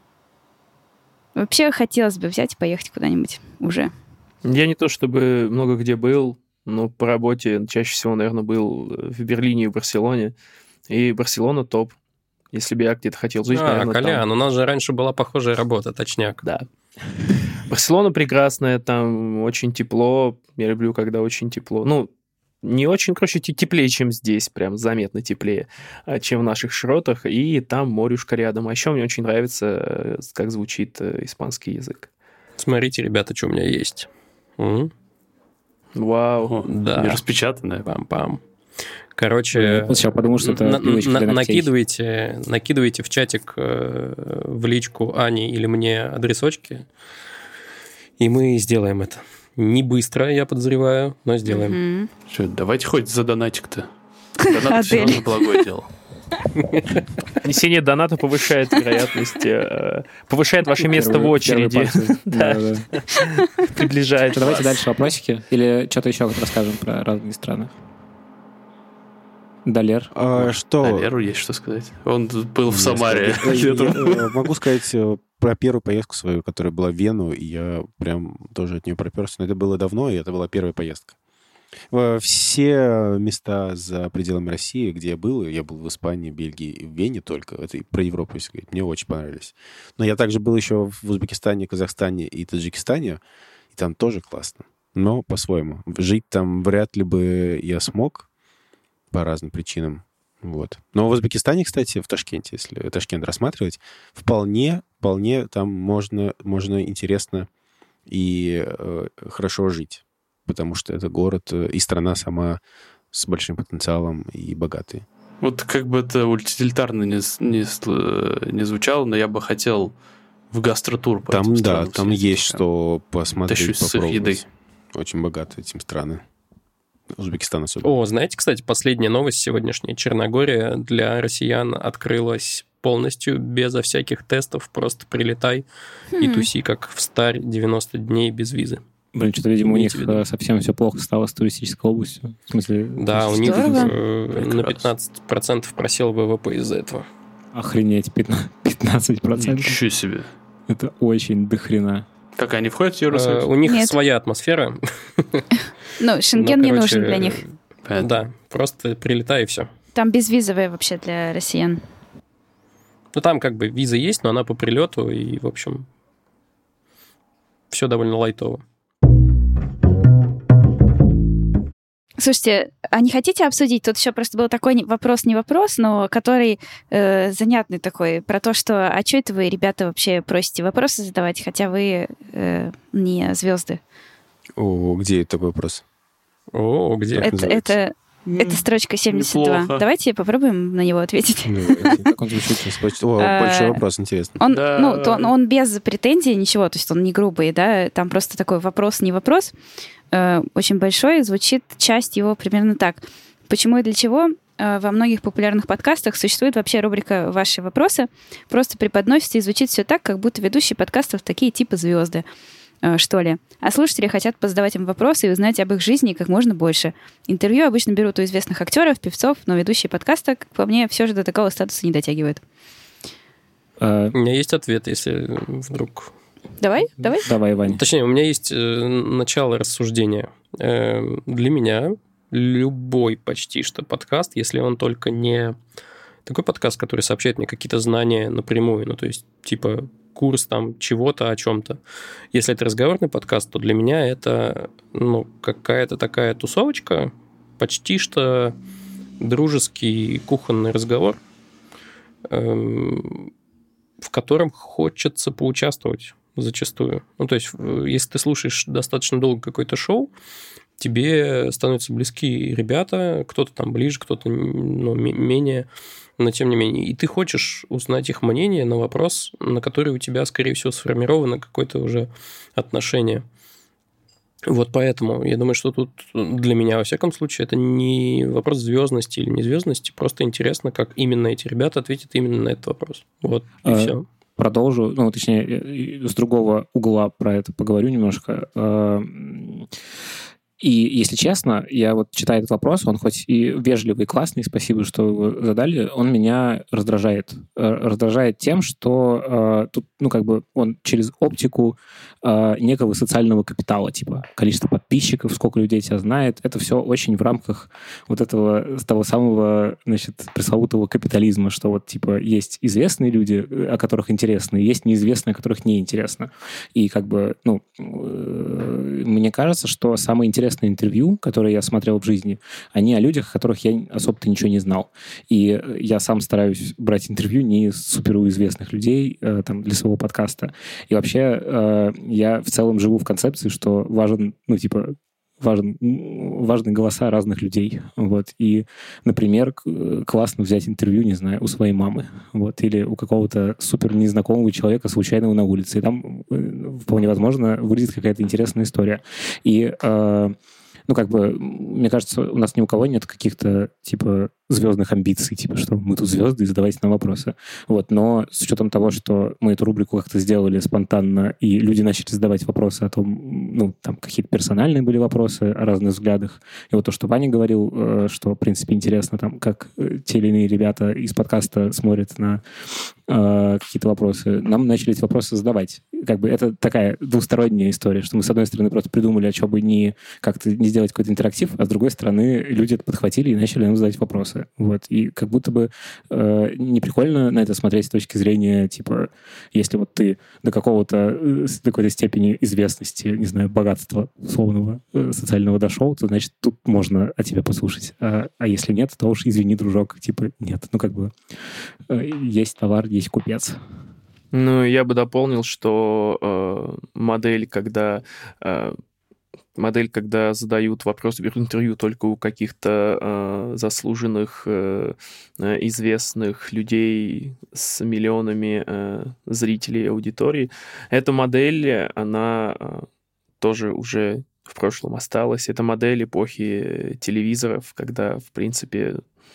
Вообще хотелось бы взять и поехать куда-нибудь уже. Я не то чтобы много где был, но по работе чаще всего, наверное, был в Берлине и в Барселоне. И Барселона топ. Если бы я где-то хотел жить, а, наверное, Колян, там... у нас же раньше была похожая работа, точняк. Да. Барселона прекрасная, там очень тепло. Я люблю, когда очень тепло. Ну, не очень, короче, теплее, чем здесь, прям заметно теплее, чем в наших широтах, и там морюшка рядом. А еще мне очень нравится, как звучит испанский язык. Смотрите, ребята, что у меня есть. М? Вау. О, да. Распечатанное. Пам-пам. Короче, я сначала подумал, что это на- пилочка на- для ногтей. накидывайте, накидывайте в чатик э, в личку Ани или мне адресочки, и мы сделаем это. Не быстро, я подозреваю, но сделаем. Мгм. Что, давайте хоть за донатик-то. Донат все Адель. равно благое дело. Несение доната повышает вероятность, э, повышает ваше место в Первую- очереди. первую партию. Да. Да, да. Приближает. Что, давайте вас. дальше вопросики? Или что-то еще расскажем про разные страны? Далер. А, что? А Леру есть что сказать. Он был в Я Самаре. скажу, я, летом. э, могу сказать э, про первую поездку свою, которая была в Вену, и я прям тоже от нее проперся. Но это было давно, и это была первая поездка. Все места за пределами России, где я был, я был в Испании, Бельгии и в Вене только, это про Европу, если говорить, мне очень понравились. Но я также был еще в Узбекистане, Казахстане и Таджикистане, и там тоже классно, но по-своему. Жить там вряд ли бы я смог по разным причинам. Вот. Но в Узбекистане, кстати, в Ташкенте, если Ташкент рассматривать, вполне, вполне там можно, можно интересно и э, хорошо жить. Потому что это город и страна сама с большим потенциалом и богатой. Вот как бы это утилитарно не, не, не звучало, но я бы хотел в гастротур по там, этим да, странам. Там есть что посмотреть, Тащусь с их попробовать. едой. Очень богаты этим страны. Узбекистан особенно. О, знаете, кстати, последняя новость сегодняшняя. Черногория для россиян открылась полностью, безо всяких тестов. Просто прилетай хм. и туси, как в старь, девяносто дней без визы. Блин, что-то, видимо, у них совсем все плохо стало с туристической областью. В смысле... Да, у них Прекрасно. на пятнадцать процентов просел ВВП из-за этого. Охренеть, пятнадцать процентов. Ничего себе. Это очень дохрена. Как они входят в Евросоюз? У них Нет. своя атмосфера. Ну, Шенген Ну, не короче, нужен для них. Понятно. Да, просто прилетай и все. Там безвизовая вообще для россиян. Ну, там как бы виза есть, но она по прилету, и, в общем, все довольно лайтово. Слушайте, а не хотите обсудить? Тут еще просто был такой вопрос, не вопрос, но который э, занятный такой, про то, что а что это вы, ребята, вообще просите вопросы задавать, хотя вы э, не звезды? О, где такой вопрос? О, где? Как Это, называется? это, это строчка семьдесят два. Неплохо. Давайте попробуем на него ответить. Давайте. Как он звучит? О, А, большой вопрос, интересно. Он, Да. ну, то он, он без претензий, ничего, то есть он не грубый, да, там просто такой вопрос, не вопрос, э, очень большой, звучит часть его примерно так. Почему и для чего э, во многих популярных подкастах существует вообще рубрика «Ваши вопросы», просто преподносится и звучит все так, как будто ведущие подкастов такие типа звезды, э, что ли. А слушатели хотят позадавать им вопросы и узнать об их жизни как можно больше. Интервью обычно берут у известных актеров, певцов, но ведущие подкаста, как по мне, все же до такого статуса не дотягивают. А, У меня есть ответ, если вдруг... Давай, давай. давай, Ваня. Точнее, у меня есть э, начало рассуждения. Э, для меня любой почти что подкаст, если он только не такой подкаст, который сообщает мне какие-то знания напрямую, ну, то есть, типа, курс там чего-то о чем-то. Если это разговорный подкаст, то для меня это, ну, какая-то такая тусовочка, почти что дружеский кухонный разговор, эм, в котором хочется поучаствовать зачастую. Ну, то есть, если ты слушаешь достаточно долго какое-то шоу, тебе становятся близки ребята, кто-то там ближе, кто-то ну, менее, но тем не менее. И ты хочешь узнать их мнение на вопрос, на который у тебя, скорее всего, сформировано какое-то уже отношение. Вот поэтому я думаю, что тут для меня, во всяком случае, это не вопрос звездности или не звездности, просто интересно, как именно эти ребята ответят именно на этот вопрос. Вот, и А, все. Продолжу, ну, точнее, с другого угла про это поговорю немножко. И, если честно, я вот читаю этот вопрос, он хоть и вежливый, классный, спасибо, что вы его задали, он меня раздражает. Раздражает тем, что э, тут, ну, как бы он через оптику э, некого социального капитала, типа количество подписчиков, сколько людей тебя знает, это все очень в рамках вот этого, того самого, значит, пресловутого капитализма, что вот, типа, есть известные люди, о которых интересно, и есть неизвестные, о которых неинтересно. И, как бы, ну, э, мне кажется, что самое интересное интервью, которые я смотрел в жизни, они о людях, о которых я особо-то ничего не знал. И я сам стараюсь брать интервью не из суперуизвестных людей э, там, для своего подкаста. И вообще э, я в целом живу в концепции, что важен, ну, типа, важен, важны голоса разных людей. Вот. И, например, классно взять интервью, не знаю, у своей мамы. Вот. Или у какого-то супер незнакомого человека, случайного на улице. И там вполне возможно выглядит какая-то интересная история. И, э, ну, как бы, мне кажется, у нас ни у кого нет каких-то, типа, звездных амбиций, типа, что мы тут звезды, и задавайте нам вопросы. Вот. Но с учетом того, что мы эту рубрику как-то сделали спонтанно, и люди начали задавать вопросы о том, ну, там какие-то персональные были вопросы о разных взглядах. И вот то, что Ваня говорил, что, в принципе, интересно, там, как те или иные ребята из подкаста смотрят на э, какие-то вопросы, нам начали эти вопросы задавать. Как бы это такая двусторонняя история, что мы, с одной стороны, просто придумали, а что бы не как-то не сделать какой-то интерактив, а с другой стороны, люди это подхватили и начали нам задавать вопросы. Вот. И как будто бы э, не прикольно на это смотреть с точки зрения, типа, если вот ты до какого-то, до какой-то степени известности, не знаю, богатства условного, э, социального дошел, то, значит, тут можно о тебе послушать. А, а если нет, то уж извини, дружок, типа, нет. Ну, как бы, э, есть товар, есть купец. Ну, я бы дополнил, что э, модель, когда э, модель, когда задают вопросы, берут интервью только у каких-то э, заслуженных, э, известных людей с миллионами э, зрителей и аудитории, эта модель, она э, тоже уже в прошлом осталась. Это модель эпохи телевизоров, когда, в принципе,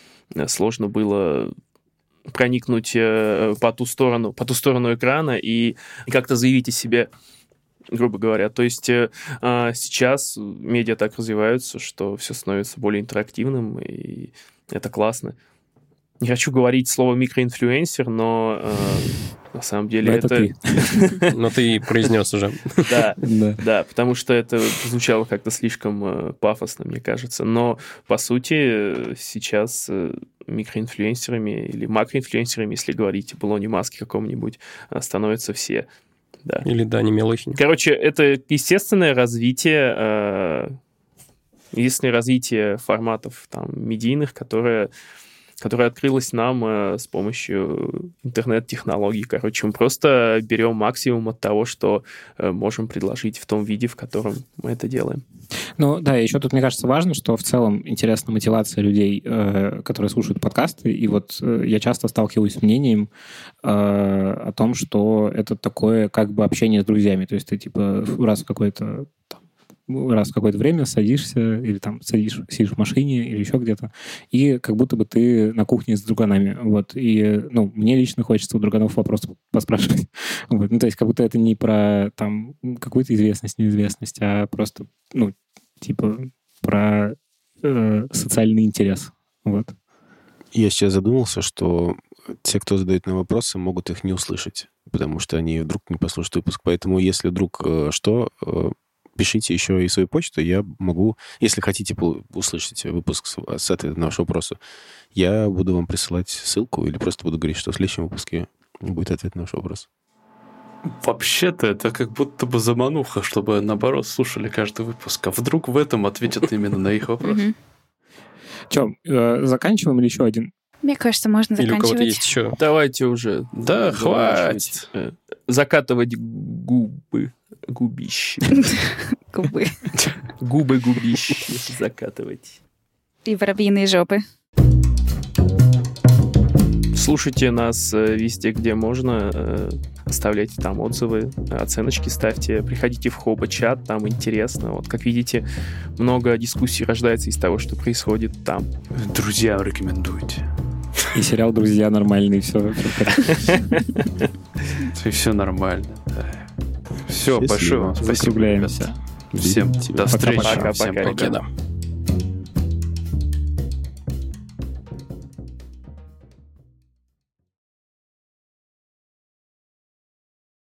сложно было проникнуть э, по ту сторону, по ту сторону экрана и, и как-то заявить о себе, грубо говоря. То есть э, сейчас медиа так развиваются, что все становится более интерактивным, и это классно. Не хочу говорить слово микроинфлюенсер, но э, на самом деле это... ты. Но ты произнес уже. Да, да, потому что это звучало как-то слишком пафосно, мне кажется. Но, по сути, сейчас микроинфлюенсерами или макроинфлюенсерами, если говорить об Илоне Маске каком-нибудь, становятся все. Да. Или Дани Милохин. Короче, это естественное развитие, э, естественное развитие форматов там, медийных, которое, которое открылось нам э, с помощью интернет-технологий. Короче, мы просто берем максимум от того, что э, можем предложить в том виде, в котором мы это делаем. Ну да, еще тут, мне кажется, важно, что в целом интересна мотивация людей, э, которые слушают подкасты, и вот э, я часто сталкиваюсь с мнением э, о том, что это такое как бы общение с друзьями, то есть ты типа раз в какое-то там, раз в какое-то время садишься или там садишь, сидишь в машине или еще где-то, и как будто бы ты на кухне с друганами, вот, и, ну, мне лично хочется у друганов вопрос поспрашивать, вот, ну, то есть как будто это не про там какую-то известность, неизвестность, а просто, ну, типа про э, социальный интерес. Вот. Я сейчас задумался, что те, кто задают нам вопросы, могут их не услышать, потому что они вдруг не послушают выпуск. Поэтому, если вдруг э, что, э, пишите еще и свою почту, я могу, если хотите услышать выпуск с, с ответом на ваш вопрос, я буду вам присылать ссылку или просто буду говорить, что в следующем выпуске будет ответ на ваш вопрос. Вообще-то это как будто бы замануха, чтобы, наоборот, слушали каждый выпуск. А вдруг в этом ответят именно на их вопрос? Че, заканчиваем или еще один? Мне кажется, можно заканчивать. Или у кого-то есть еще? Давайте уже. Да, хватит. Закатывать губы. Губищи. Губы. Губы губищи закатывать. И воробьиные жопы. Слушайте нас везде, где можно. Оставляйте там отзывы, оценочки ставьте. Приходите в Хоба-чат, там интересно. Вот, как видите, много дискуссий рождается из того, что происходит там. Друзьям рекомендуйте. И сериал «Друзья» нормальный, все. И все нормально. Все, большое. Спасибо. Закругляемся. Всем до встречи. Пока-пока. Всем пока.